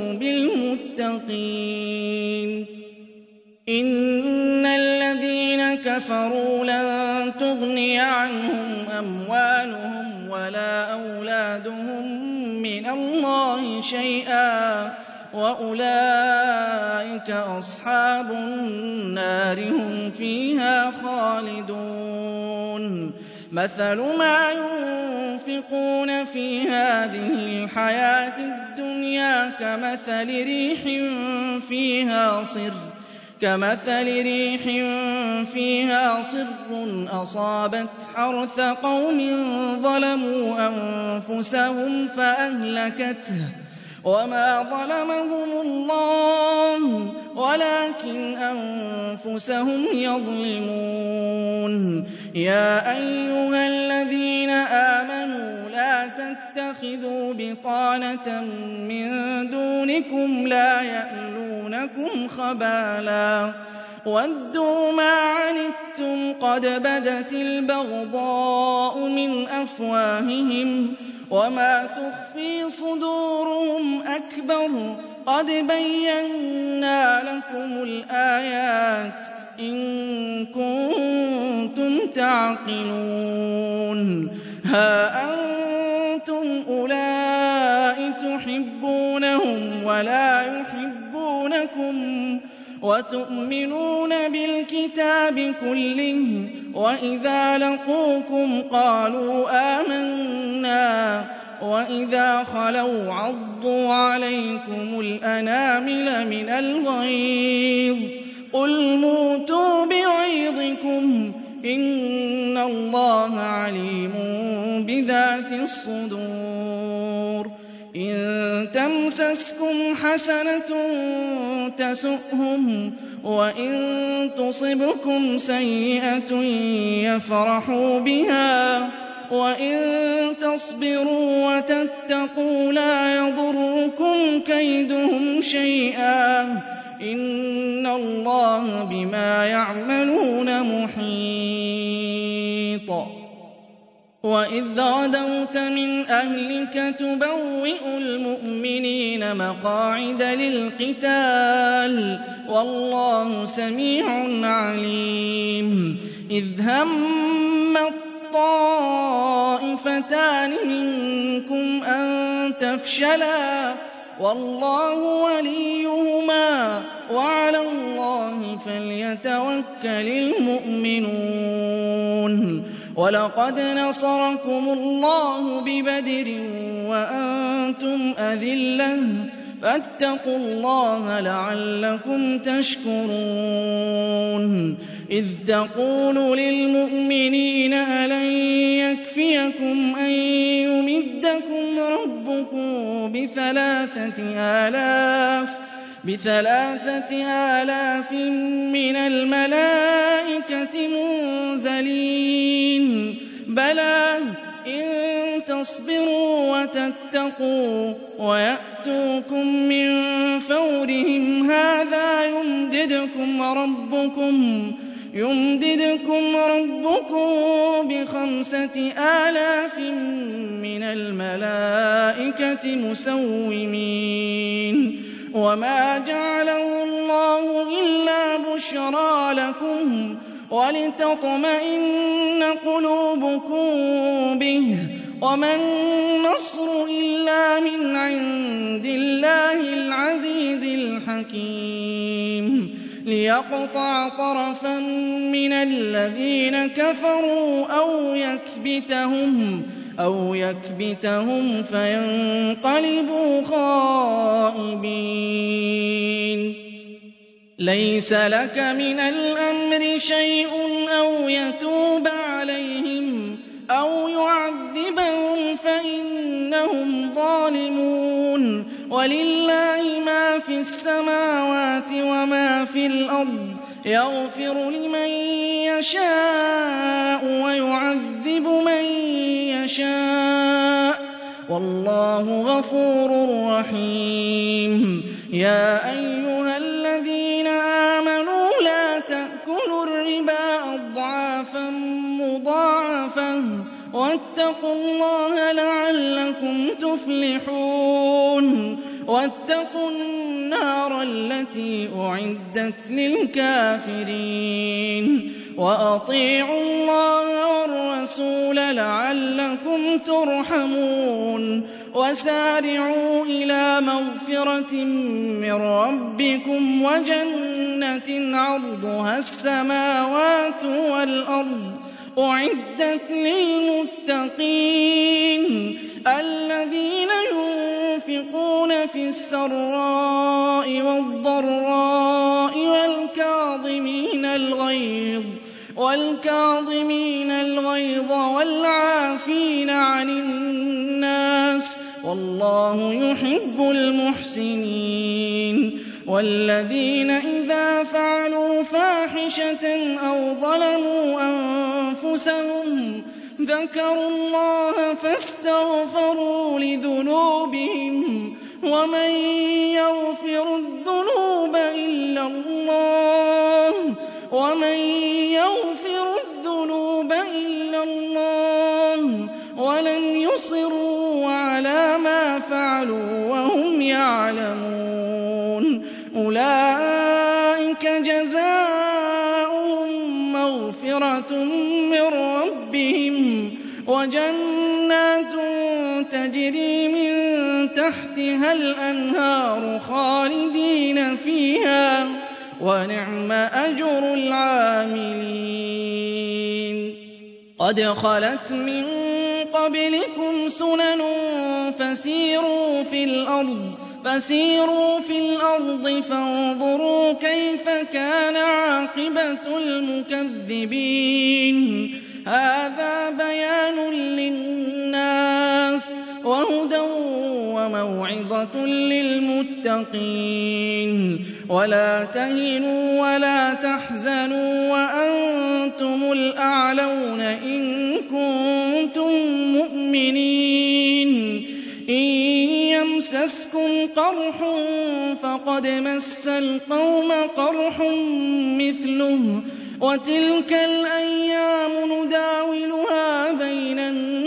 بِالْمُتَّقِينَ. إِنَّ الَّذِينَ كَفَرُوا لَن تُغْنِيَ عَنْهُمْ أَمْوَالُهُمْ وَلَا أَوْلَادُهُم مِّنَ اللَّهِ شَيْئًا ۖ وَأُولَٰئِكَ أَصْحَابُ النَّارِ ۖ هُمْ فِيهَا خَالِدُونَ. مَثَلُ مَا يُنفِقُونَ فِي هَٰذِهِ الْحَيَاةِ الدُّنْيَا كَمَثَلِ رِيحٍ فِيهَا صِرٌّ أَصَابَتْ حَرْثَ قَوْمٍ ظَلَمُوا أَنفُسَهُمْ فَأَهْلَكَتْهُ ۚ وَمَا ظَلَمَهُمُ اللَّهُ وَلَٰكِنْ أَنفُسَهُمْ يَظْلِمُونَ. يَا أَيُّهَا الَّذِينَ آمَنُوا لَا تَتَّخِذُوا بِطَانَةً مِّن دُونِكُمْ لَا يَأْلُونَكُمْ خَبَالًا وَدُّوا مَا عَنِتُّمْ قَدْ بَدَتِ الْبَغْضَاءُ مِنْ أَفْوَاهِهِمْ وَمَا تُخْفِي صُدُورُهُمْ أَكْبَرُ ۚ قَدْ بَيَّنَّا لَكُمُ الْآيَاتِ ۖ إِن كُنتُمْ تَعْقِلُونَ. هَا أَنتُمْ أُولَاءِ تُحِبُّونَهُمْ وَلَا يُحِبُّونَكُمْ وَتُؤْمِنُونَ بِالْكِتَابِ كُلِّهِ وَإِذَا لَقُوكُمْ قَالُوا آمَنَّا وَإِذَا خَلَوْا عَضُّوا عَلَيْكُمُ الْأَنَامِلَ مِنَ الْغَيْظِ ۚ قُلْ مُوتُوا بِغَيْظِكُمْ ۗ إِنَّ اللَّهَ عَلِيمٌ بِذَاتِ الصُّدُورِ. إِن تَمْسَسْكُمْ حَسَنَةٌ تَسُؤْهُمْ وَإِن تُصِبْكُمْ سَيِّئَةٌ يَفْرَحُوا بِهَا وَإِن تَصْبِرُوا وَتَتَّقُوا لَا يَضُرُّكُمْ كَيْدُهُمْ شَيْئًا ۗ إِنَّ اللَّهَ بِمَا يَعْمَلُونَ مُحِيطٌ. وَإِذْ غَدَوْتَ مِنْ أَهْلِكَ تُبَوِّئُ الْمُؤْمِنِينَ مَقَاعِدَ لِلْقِتَالِ ۗ وَاللَّهُ سَمِيعٌ عَلِيمٌ إِذْ هَمَّ الطَّائِفَتَانِ مِنكُمْ أَن تَفْشَلَا وَاللَّهُ وَلِيُّهُمَا وَعَلَى اللَّهِ فَلْيَتَوَكَّلِ الْمُؤْمِنُونَ وَلَقَدْ نَصَرَكُمُ اللَّهُ بِبَدْرٍ وَأَنتُمْ أَذِلَّةٌ فَاتَّقُوا اللَّهَ لَعَلَّكُمْ تَشْكُرُونَ إِذْ تَقُولُ لِلْمُؤْمِنِينَ أَلَن يَكْفِيَكُمْ أَن يُمِدَّكُمْ رَبُّكُم ب3,000 مِّنَ الْمَلَائِكَةِ مُنزَلِينَ بَلَىٰ إِن تَصْبِرُوا وَتَتَّقُوا وَيَأْتُوكُم مِّن فَوْرِهِمْ هَٰذَا يُمْدِدْكُمْ رَبُّكُم ب5,000 مِّنَ الْمَلَائِكَةِ مُسَوِّمِينَ وَمَا جَعَلَهُ اللَّهُ إِلَّا بُشْرَىٰ لَكُمْ وَلِتَطْمَئِنَّ قُلُوبُكُم بِهِ ۗ وَمَا النَّصْرُ إِلَّا مِنْ عِندِ اللَّهِ الْعَزِيزِ الْحَكِيمِ لِيَقْطَعَ طَرَفًا مِّنَ الَّذِينَ كَفَرُوا أَوْ يَكْبِتَهُمْ فَيَنقَلِبُوا خَائِبِينَ لَيْسَ لَكَ مِنَ الْأَمْرِ شَيْءٌ أَوْ يَتُوبَ عَلَيْهِمْ أَوْ يُعَذِّبَهُمْ فَإِنَّهُمْ ظَالِمُونَ وَلِلَّهِ مَا فِي السَّمَاوَاتِ وَمَا فِي الْأَرْضِ يَغْفِرُ لِمَن يَشَاءُ وَيُعَذِّبُ مَن يَشَاءُ ۗ وَاللَّهُ غَفُورٌ رَّحِيمٌ يَا أَيُّهَا الَّذِينَ آمَنُوا لَا تَأْكُلُوا الرِّبَا أَضْعَافًا مُّضَاعَفَةً وَاتَّقُوا اللَّهَ لَعَلَّكُمْ تُفْلِحُونَ وَاتَّقُوا النَّارَ الَّتِي أُعِدَّتْ لِلْكَافِرِينَ وَأَطِيعُوا اللَّهَ وَالرَّسُولَ لَعَلَّكُمْ تُرْحَمُونَ وَسَارِعُوا إِلَىٰ مَغْفِرَةٍ مِّن رَّبِّكُمْ وَجَنَّةٍ عَرْضُهَا السَّمَاوَاتُ وَالْأَرْضُ أُعِدَّتْ لِلْمُتَّقِينَ الَّذِينَ يُنفِقُونَ فِي السَّرَّاءِ وَالضَّرَّاءِ وَالْكَاظِمِينَ الْغَيْظَ وَالْعَافِينَ عَنِ النَّاسِ ۗ وَاللَّهُ يُحِبُّ الْمُحْسِنِينَ وَالَّذِينَ إِذَا فَعَلُوا فَاحِشَةً أَوْ ظَلَمُوا أَنفُسَهُمْ ذَكَرُوا اللَّهَ فَاسْتَغْفَرُوا لِذُنُوبِهِمْ وَمَن يَغْفِرُ الذُّنُوبَ إِلَّا اللَّهُ وَلَمْ يُصِرُّوا عَلَىٰ مَا فَعَلُوا وَهُمْ يَعْلَمُونَ أُولَٰئِكَ جَزَاؤُهُم مَّغْفِرَةٌ مِّن رَّبِّهِمْ وَجَنَّاتٌ تَجْرِي مِن تَحْتِهَا الْأَنْهَارُ خَالِدِينَ فِيهَا ۚ وَنِعْمَ أَجْرُ الْعَامِلِينَ قَدْ خَلَتْ مِن قَبْلِكُمْ سُنَنٌ فَسِيرُوا فِي الْأَرْضِ فَانظُرُوا كَيْفَ كَانَ عَاقِبَةُ الْمُكَذِّبِينَ هَٰذَا بَيَانٌ لِّلنَّاسِ وَهُدًى وَمَوْعِظَةٌ لِّلْمُتَّقِينَ وَلَا تَهِنُوا وَلَا تَحْزَنُوا وَأَنتُمُ الْأَعْلَوْنَ إِن كُنتُم مُّؤْمِنِينَ إِن يَمْسَسْكُمْ قَرْحٌ فَقَدْ مَسَّ الْقَوْمَ قَرْحٌ مِّثْلُهُ وَتِلْكَ الْأَيَّامُ نُدَاوِلُهَا بَيْنَ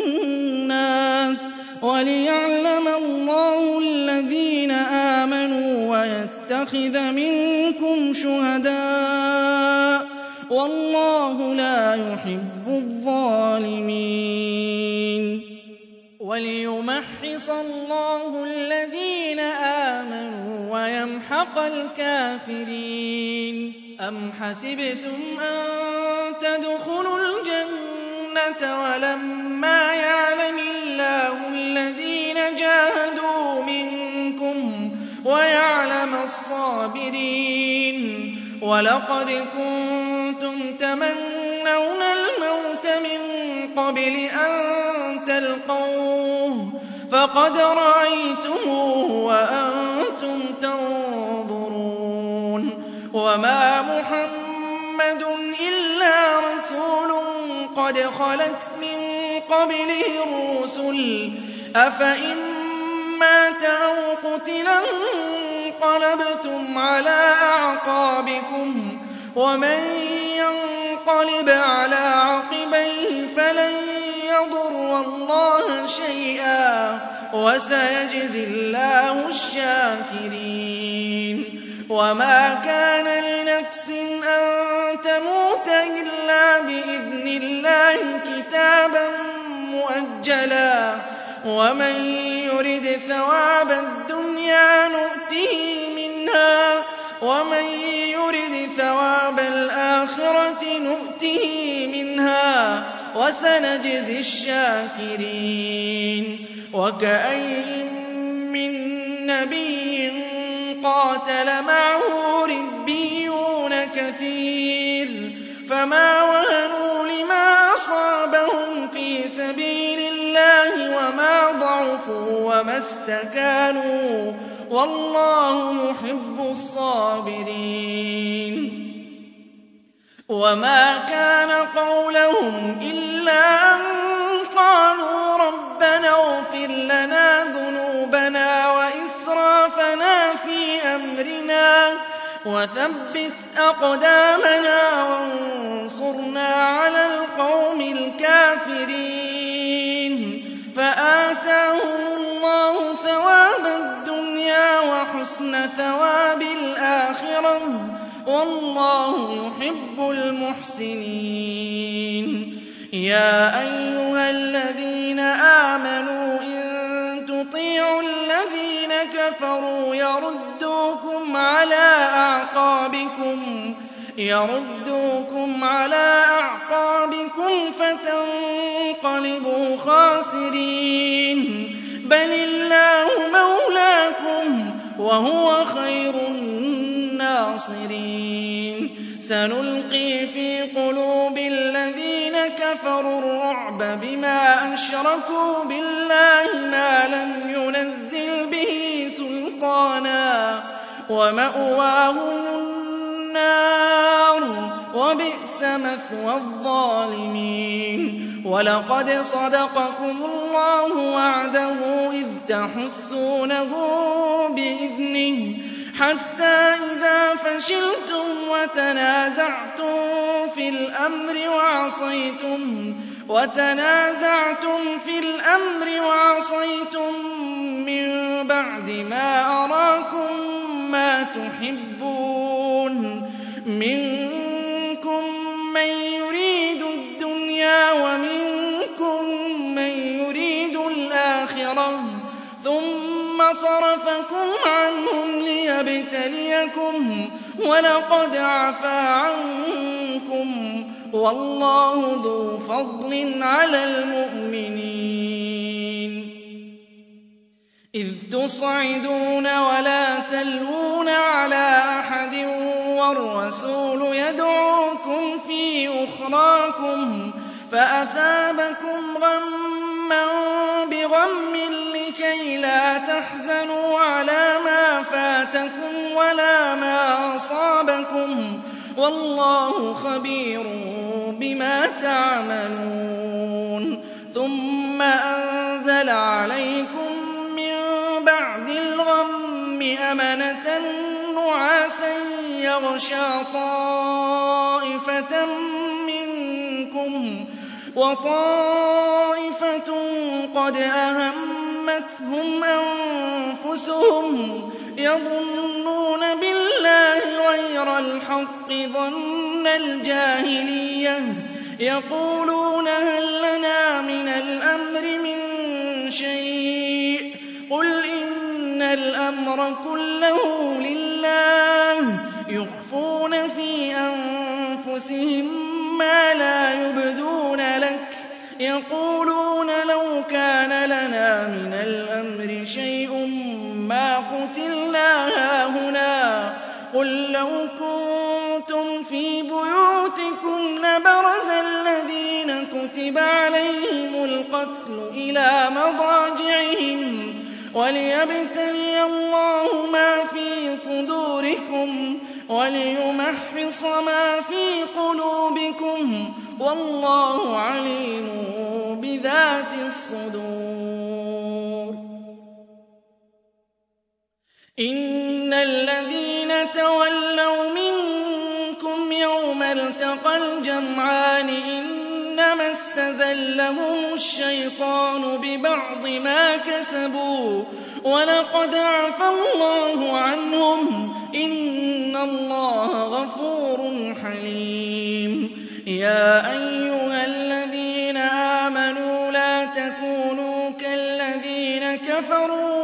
النَّاسِ وَلِيَعْلَمَ اللَّهُ الَّذِينَ آمَنُوا وَيَتَّخِذَ مِنكُمْ شُهَدَاءَ ۗ وَاللَّهُ لَا يُحِبُّ الظَّالِمِينَ وَلِيُمَحِّصَ اللَّهُ الَّذِينَ آمَنُوا وَيَمْحَقَ الْكَافِرِينَ أَمْ حَسِبْتُمْ أَن تَدْخُلُوا الْجَنَّةَ وَلَمَّا يَعْلَمِ اللَّهُ الَّذِينَ جَاهَدُوا مِنكُمْ وَيَعْلَمَ الصَّابِرِينَ وَلَقَدْ كُنتُمْ تَمَنَّوْنَ الْمَوْتَ مِن قَبْلِ أَن تَلْقَوْهُ فَقَدْ رَأَيْتُمُوهُ وَأَنتُمْ تَنظُرُونَ وَمَا مُحَمَّدٌ إِلَّا رَسُولٌ قَدْ خَلَتْ مِن قَبْلِهِ الرُّسُلُ ۚ أَفَإِن مَّاتَ أَوْ قُتِلَ انقَلَبْتُمْ عَلَىٰ أَعْقَابِكُمْ ۚ وَمَن يَنقَلِبْ عَلَىٰ عَقِبَيْهِ فَلَن يَضُرَّ اللَّهَ شَيْئًا ۗ وَسَيَجْزِي اللَّهُ الشَّاكِرِينَ وَمَا كَانَ لِنَفْسٍ أَن تَمُوتَ إِلَّا بِإِذْنِ اللَّهِ كِتَابًا مُّؤَجَّلًا ۗ وَمَن يُرِدْ ثَوَابَ الدُّنْيَا نُؤْتِهِ مِنْهَا وَمَن يُرِدْ ثَوَابَ الْآخِرَةِ نُؤْتِهِ مِنْهَا ۚ وَسَنَجْزِي الشَّاكِرِينَ وَكَأَيِّن مِّن نَّبِيٍّ قَاتَلَ مَعَهُ رِبِّيُّونَ كَثِيرٌ فَمَا وَهَنُوا لِمَا أَصَابَهُمْ فِي سَبِيلِ اللَّهِ وَمَا ضَعُفُوا وَمَا اسْتَكَانُوا ۗ وَاللَّهُ يُحِبُّ الصَّابِرِينَ وَمَا كَانَ قَوْلَهُمْ إِلَّا أَن قَالُوا رَبَّنَا اغْفِرْ لَنَا ذُنُوبَنَا وَإِسْرَافَنَا فِي أَمْرِنَا وَثَبِّتْ أَقْدَامَنَا وَانصُرْنَا عَلَى الْقَوْمِ الْكَافِرِينَ فَآتَاهُمُ اللَّهُ ثَوَابَ الدُّنْيَا وَحُسْنَ ثَوَابِ الْآخِرَةِ ۗ وَاللَّهُ يُحِبُّ الْمُحْسِنِينَ يَا أَيُّهَا الَّذِينَ آمَنُوا إِن تُطِيعُوا الَّذِينَ كَفَرُوا يَرُدُّوكُمْ عَلَىٰ أَعْقَابِكُمْ فَتَنقَلِبُوا خَاسِرِينَ بَلِ اللَّهُ مَوْلَاكُمْ وَهُوَ خَيْرُ النَّاصِرِينَ سَنُلْقِي فِي قُلُوبِ الَّذِينَ كَفَرُوا الرُّعْبَ بِمَا أَشْرَكُوا بِاللَّهِ مَا لَمْ يُنَزِّلْ بِهِ سُلْطَانًا ۖ وَمَأْوَاهُمُ النَّارُ ۖ وَبِئْسَ مَثْوَى الظَّالِمِينَ وَلَقَدْ صَدَقَكُمُ اللَّهُ وَعْدَهُ إِذْ تَحُسُّونَهُم بِإِذْنِهِ حَتَّىٰ إِذَا فَشِلْتُمْ وَتَنَازَعْتُمْ فِي الْأَمْرِ وَعَصَيْتُم مِّن بَعْدِ مَا أَرَاكُم مَّا تُحِبُّونَ مِنكُم مَّن يُرِيدُ الدُّنْيَا وَمِنكُم مَّن يُرِيدُ الْآخِرَةَ ثُمَّ صَرَفَكُمْ عَنْهُمْ لِيَبْتَلِيَكُمْ ۖ وَلَقَدْ عَفَا عَنكُمْ ۗ وَاللَّهُ ذُو فَضْلٍ عَلَى الْمُؤْمِنِينَ إِذْ تُصْعِدُونَ وَلَا تَلْوُونَ عَلَىٰ أَحَدٍ وَالرَّسُولُ يَدْعُوكُمْ فِي أُخْرَاكُمْ فَأَثَابَكُمْ غَمًّا بِغَمٍّ لِّكَيْ لَا تَحْزَنُوا عَلَىٰ مَا فَاتَكُمْ وَلَا مَا أَصَابَكُمْ ۗ وَاللَّهُ خَبِيرٌ بِمَا تَعْمَلُونَ ثُمَّ أَنزَلَ عَلَيْكُم مِّن بَعْدِ الْغَمِّ أَمَنَةً نُّعَاسًا يَغْشَىٰ طَائِفَةً وطائفة قد أهمتهم أنفسهم يظنون بالله غير الحق ظن الجاهلية يقولون هل لنا من الأمر من شيء قل إن الأمر كله لله يخفون في أنفسهم ما لا يبدون لك يقولون لو كان لنا من الأمر شيء ما قتلنا هاهنا قل لو كنتم في بيوتكم لبرز الذين كتب عليهم القتل إلى مضاجعهم وليبتلي الله ما في صدوركم وليمحص ما في قلوبكم والله عليم بذات الصدور. إن الذين تولوا منكم يوم التقى الجمعان إنما استزلهم الشيطان ببعض ما كسبوا ولقد عفى الله عنهم إن الله غفور حليم. يا أيها الذين آمنوا لا تكونوا كالذين كفروا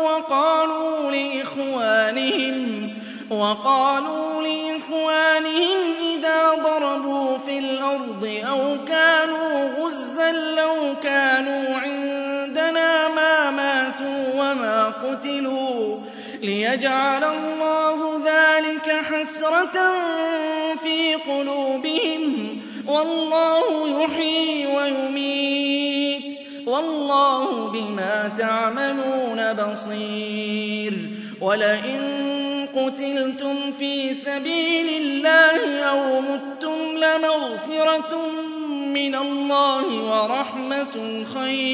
وقالوا لإخوانهم إذا ضربوا في الأرض أو كانوا غزا لو كانوا عندنا ما ماتوا وما قتلوا ليجعل الله ذلك حسرة في قلوبهم والله يحيي ويميت والله بما تعملون بصير. ولئن قتلتم في سبيل الله أو متم لمغفرة من الله ورحمة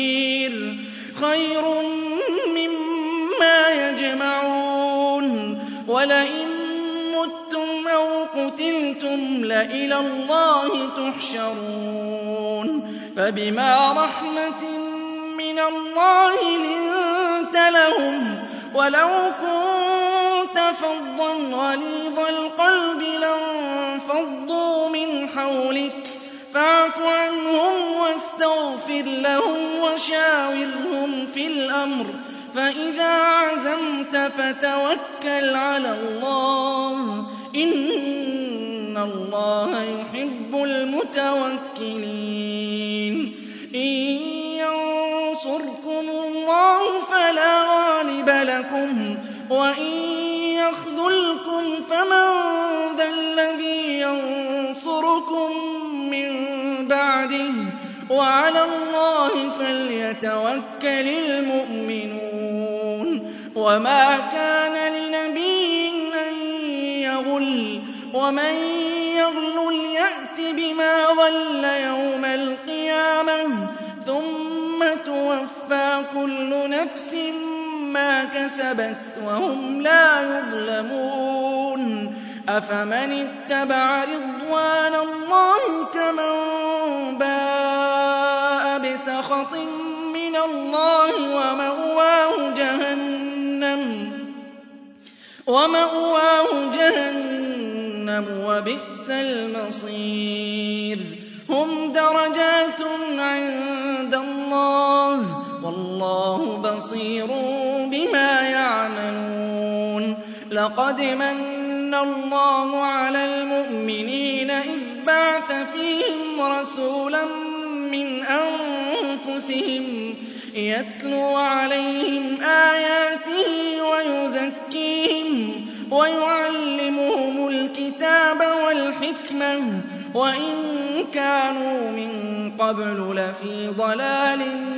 خير مما يجمعون. ولئن متم أو قتلتم لإلى الله تحشرون. فبما رحمة من الله لنت لهم ولو كنت فظا غليظ القلب لانفضوا من حولك فاعف عنهم واستغفر لهم وشاورهم في الأمر فإذا عزمت فتوكل على الله إن الله يحب المتوكلين. إن ينصركم الله فلا غالب لكم وإن يخذلكم فمن ذا الذي ينصركم من بعده وعلى الله فليتوكل المؤمنون. وما كان لنبي أن يغل ومن يغل يأت بما غل يوم القيامة ثم توفى كل نفس ما كسبت وهم لا يظلمون. أفمن اتبع رضوان الله كمن باء بسخط من الله ومأواه جهنم وبئس المصير. هم درجات عند الله والله بصير بما يعملون. لقد من الله على المؤمنين إذ بعث فيهم رسولا من أنفسهم يتلو عليهم آياته ويزكيهم ويعلمهم الكتاب والحكمة وإن كانوا من قبل لفي ضلال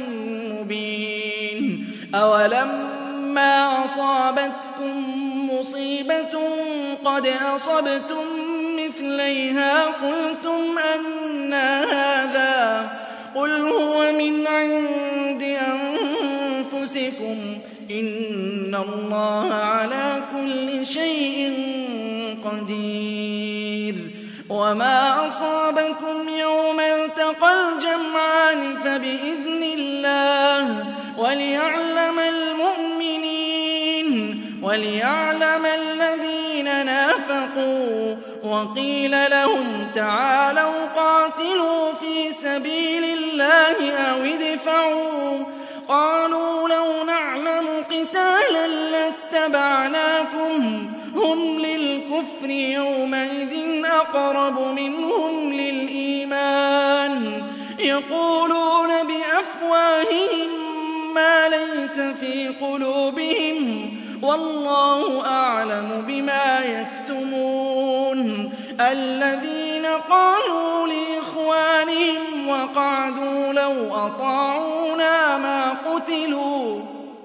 مبين. أولما أصابتكم مصيبة قد أصبتم مثليها قلتم أنى هذا قل هو من عند أنفسكم إن الله على كل شيء قدير. وما أصاب التقى الجمعان فبإذن الله وليعلم الذين نافقوا. وقيل لهم تعالوا قاتلوا في سبيل الله أو ادفعوا. قالوا لو نعلم قتالا لاتبعناكم هم للكفر يومئذ أقرب منهم للإيمان يقولون بأفواههم ما ليس في قلوبهم والله أعلم بما يكتمون. الذين قالوا لإخوانهم وقعدوا لو أطاعونا ما قتلوا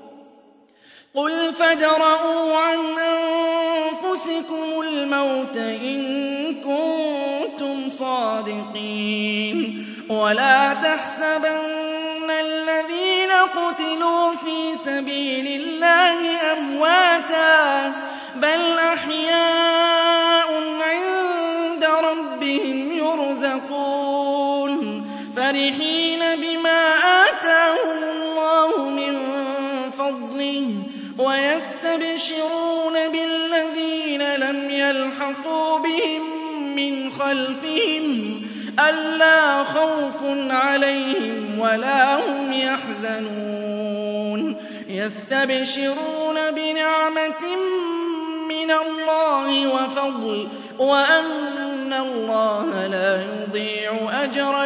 قل فادرءوا عن أنفسكم الموت إن كنتم صادقين. ولا تحسبن الذين قتلوا في سبيل الله أمواتا بل أحياء عند ربهم يرزقون فرحين بما آتاهم الله من فضله ويستبشرون بالذين لم يلحقوا بهم من خلفهم ألا خوف عليهم ولا هم يحزنون. يستبشرون بنعمة من الله وفضل وأن الله لا يضيع أجر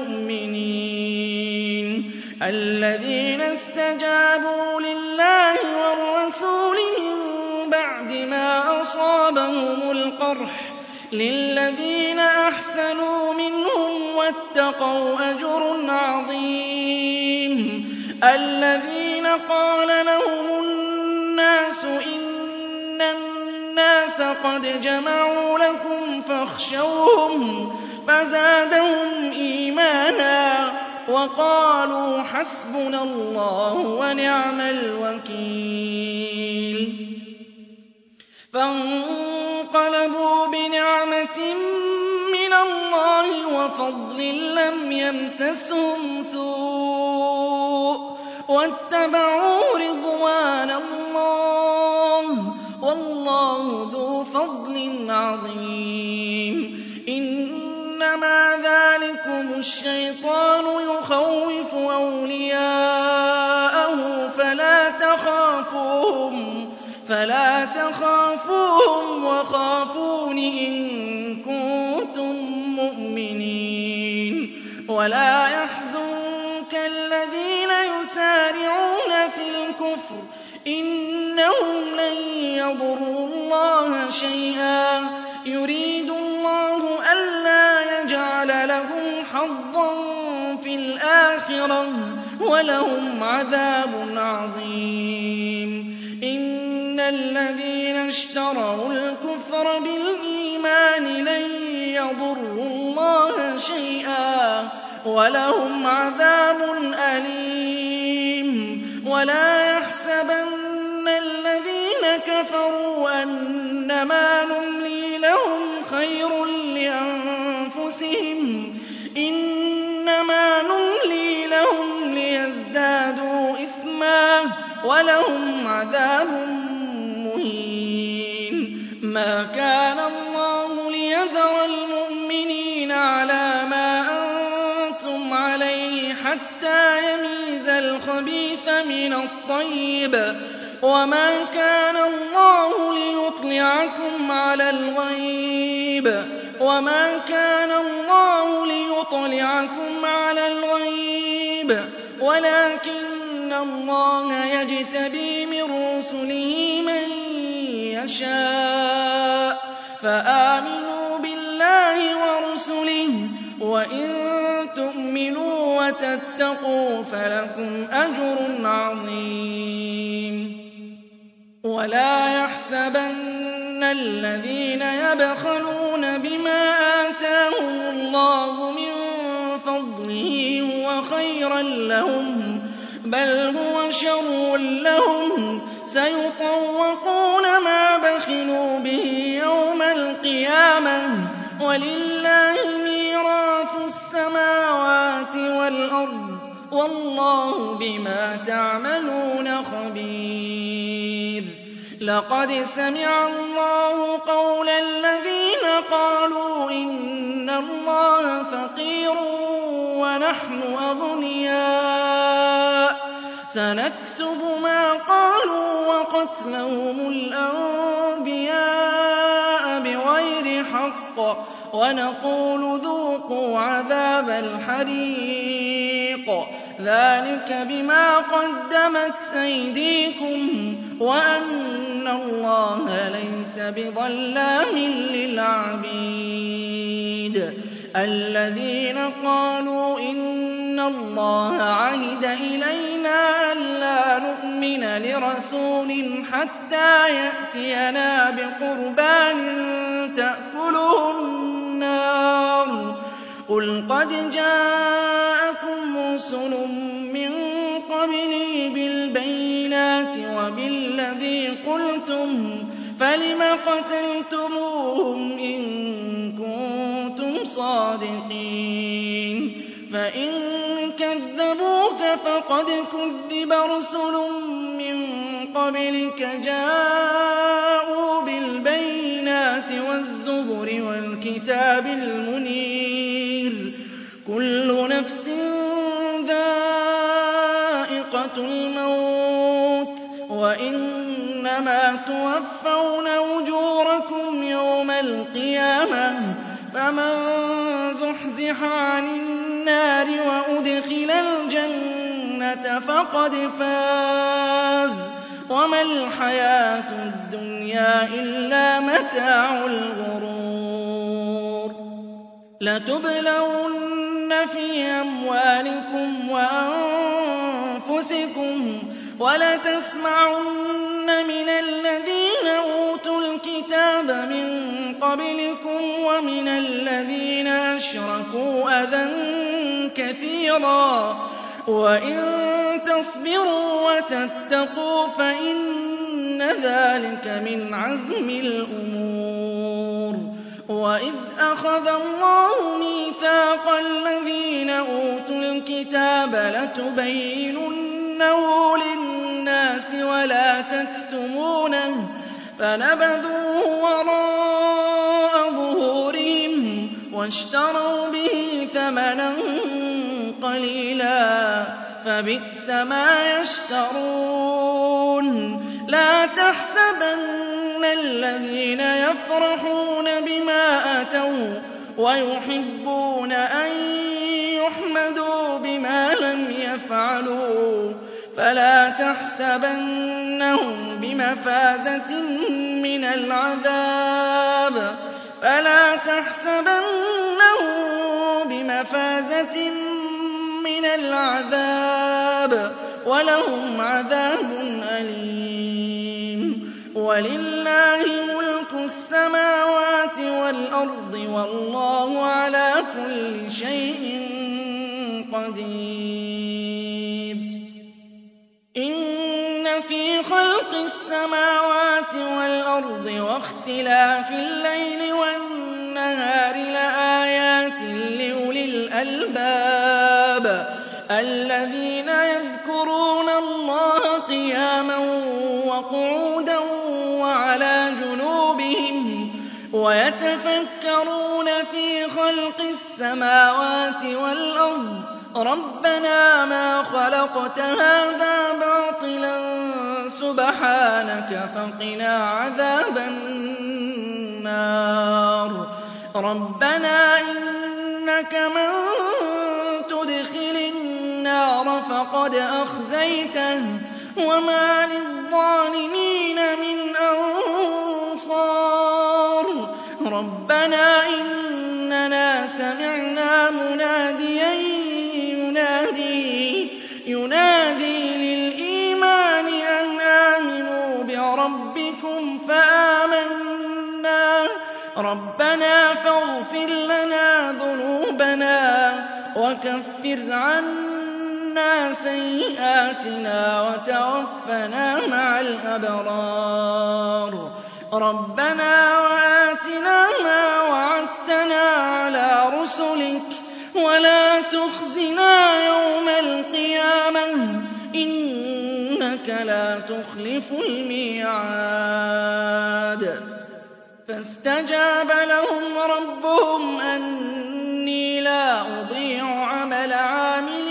المؤمنين. الذين استجابوا لله والرسول من بعد ما أصابهم القرح للذين أحسنوا منهم واتقوا أجر عظيم. الذين قال لهم الناس إن الناس قد جمعوا لكم فاخشوهم فزادهم إيمانا وقالوا حسبنا الله ونعم الوكيل. فانقلبوا بنعمة من الله وفضل لم يمسسهم سوء واتبعوا رضوان الله والله ذو فضل عظيم. إنما ذلكم الشيطان يخوف أولياءه فلا تخافوهم وخافون إن كنتم مؤمنين. ولا يحزنك الذين يسارعون في الكفر إنهم لن يضروا الله شيئا يريد الله ألا يجعل لهم حظا في الآخرة ولهم عذاب عظيم. إن الذين اشتروا الكفر بالإيمان لن يضروا الله شيئا ولهم عذاب أليم. ولا يحسبن الذين كفروا أنما نملي لهم خير لأنفسهم إنما نملي لهم ليزدادوا إثما ولهم عذاب مهين. ما كان الله ليذر المؤمنين على ما أنتم عليه حتى يميز الخبيث من الطيب وما كان الله ليطلعكم على الغيب ولكن الله يجتبي من رسله من يشاء. فآمنوا بالله ورسله وإن تؤمنوا وتتقوا فلكم أجر عظيم. ولا يحسبن الذين يبخلون بما آتاهم الله من فضله هو خيرا لهم بل هو شر لهم سيطوقون ما بخلوا به يوم القيامة ولله ميراث السماوات وَالْأَرْضِ ۚ وَاللَّهُ بِمَا تَعْمَلُونَ خَبِيرٌ لَقَدْ سَمِعَ اللَّهُ قَوْلَ الَّذِينَ قَالُوا إِنَّ اللَّهَ فَقِيرٌ وَنَحْنُ أَغْنِيَاءُ ۘ سَنَكْتُبُ مَا قَالُوا وَقَتْلَهُمُ الْأَنبِيَاءَ بِغَيْرِ حَقٍّ وَنَقُولُ ذُوقُوا عَذَابَ الْحَرِيقِ ذَٰلِكَ بِمَا قَدَّمَتْ أَيْدِيكُمْ وَأَنَّ اللَّهَ لَيْسَ بِظَلَّامٍ لِّلْعَبِيدِ الَّذِينَ قَالُوا إِنَّ اللَّهَ عَهِدَ إِلَيْنَا أَلَّا نُؤْمِنَ لِرَسُولٍ حَتَّىٰ يَأْتِيَنَا بِقُرْبَانٍ تَأْكُلُهُ النَّارُ قُلْ قَدْ جَاءَكُمْ رُسُلٌ مِّن قَبْلِي بِالْبَيِّنَاتِ وَبِالَّذِي قُلْتُمْ فَلِمَ قَتَلْتُمُوهُمْ إِن كُنتُمْ صَادِقِينَ فَإِن كَذَّبُوكَ فَقَدْ كُذِّبَ رُسُلٌ مِّن قَبْلِكَ جَاءُوا بِالْبَيِّنَاتِ وَالزُّبُرِ وَالْكِتَابِ الْمُنِيرِ كُلُّ نَفْسٍ ذَائِقَةُ الْمَوْتِ ۖ وَإِنَّمَا تُوَفَّوْنَ أُجُورَكُمْ يَوْمَ الْقِيَامَةِ ۖ فَمَن زُحْزِحَ عَنِ النَّارِ وَأُدْخِلَ الْجَنَّةَ فَقَدْ فَازَ ۗ وَمَا الْحَيَاةُ الدُّنْيَا إِلَّا مَتَاعُ الْغُرُورِ لَتُبْلَوُنَّ فِي أَمْوَالِكُمْ وَأَنفُسِكُمْ وَلَتَسْمَعُنَّ مِنَ الَّذِينَ أُوتُوا الْكِتَابَ مِن قَبْلِكُمْ وَمِنَ الَّذِينَ أَشْرَكُوا أَذًى كَثِيرًا ۚ وَإِن تَصْبِرُوا وَتَتَّقُوا فَإِنَّ ذَٰلِكَ مِنْ عَزْمِ الْأُمُورِ وَإِذْ أَخَذَ اللَّهُ مِيثَاقَ الَّذِينَ أُوتُوا الْكِتَابَ لَتُبَيِّنُنَّهُ لِلنَّاسِ وَلَا تَكْتُمُونَهُ فَنَبَذُوهُ وَرَاءَ ظُهُورِهِمْ وَاشْتَرَوْا بِهِ ثَمَنًا قَلِيلًا فَبِئْسَ مَا يَشْتَرُونَ لَا تَحْسَبَنَّ الَّذِينَ يَفْرَحُونَ بِمَا أَتَوا وَيُحِبُّونَ أَن يُحْمَدُوا بِمَا لَمْ يَفْعَلُوا فَلَا تَحْسَبَنَّهُم بِمَفَازَةٍ مِّنَ الْعَذَابِ وَلَهُمْ عَذَابٌ أَلِيمٌ وَلِلَّهِ مُلْكُ السَّمَاوَاتِ وَالْأَرْضِ وَاللَّهُ عَلَىٰ كُلِّ شَيْءٍ قَدِيرٌ إِنَّ فِي خَلْقِ السَّمَاوَاتِ وَالْأَرْضِ وَاخْتِلَافِ اللَّيْلِ وَالنَّهَارِ لَآيَاتٍ لِّأُولِي الْأَلْبَابِ الَّذِينَ يَذْكُرُونَ اللَّهَ قِيَامًا وَقُعُودًا وَعَلَىٰ جُنُوبِهِمْ وَيَتَفَكَّرُونَ فِي خَلْقِ السَّمَاوَاتِ وَالْأَرْضِ رَبَّنَا مَا خَلَقْتَ هَٰذَا بَاطِلًا سُبْحَانَكَ فَقِنَا عَذَابَ النَّارِ رَبَّنَا إِنَّكَ مَن تُدْخِلِ النَّارَ فَقَدْ أَخْزَيْتَهُ وَمَا لِلظَّالِمِينَ مِنْ أَنصَارٍ رَبَّنَا إِنَّنَا سَمِعْنَا مُنَادِيًا يُنَادِي لِلْإِيمَانِ أَنْ آمِنُوا بِرَبِّكُمْ فَآمَنَّا رَبَّنَا فَاغْفِرْ لَنَا ذُنُوبَنَا وَكَفِّرْ عَنَّا سَيِّئَاتِنَا وَتَوَفَّنَا مَعَ الْأَبْرَارِ رَبَّنَا وَآتِنَا مَا وَعَدتَّنَا عَلَىٰ رُسُلِكَ ولا تخزنا يوم القيامة إنك لا تخلف الميعاد فاستجاب لهم ربهم أني لا أضيع عمل عامل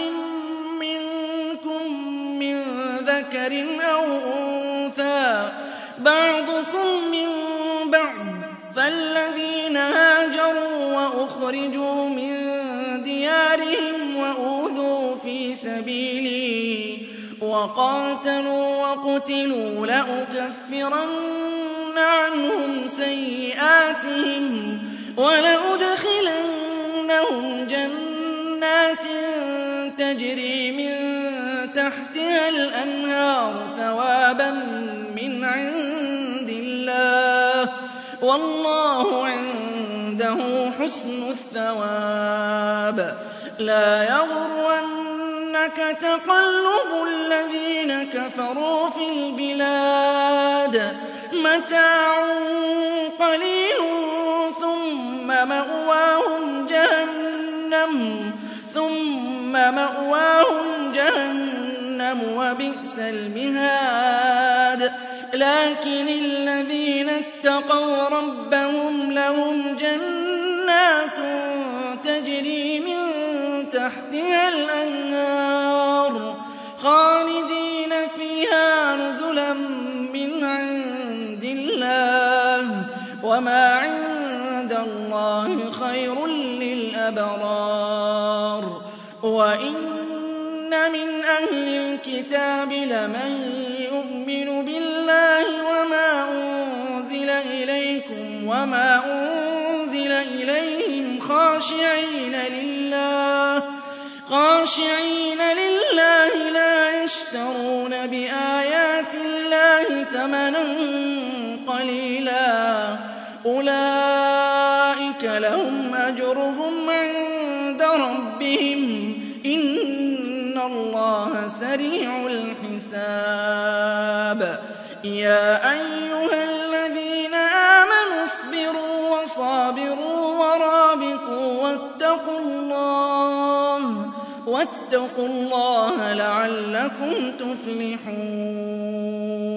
منكم من ذكر أو أنثى بعضكم من بعض فالذين هاجروا وأخرجوا من ديارهم وأوذوا في سبيلي وقاتلوا وقتلوا لأكفرن عنهم سيئاتهم ولأدخلنهم جنات تجري من تحتها الأنهار ثوابا من عند الله والله عنده حسن الثواب لا يغرنك تقلب الذين كفروا في البلاد متاع قليل ثم مأواهم جهنم وبئس المهاد لكن الذين اتقوا ربهم لهم جنات تجري من تحتها الأنهار خالدين فيها نزلا من عند الله وما عند الله خير للأبرار وإن من أهل الكتاب لمن يؤمن بالله وما أنزل إليكم وما أنزل إليهم خاشعين لله لا يشترون بآيات الله ثمنا قليلا أولئك لهم أجرهم عند ربهم إن الله سريع الحساب يا أيها الذين آمنوا اصبروا وصابروا ورابطوا واتقوا الله لعلكم تفلحون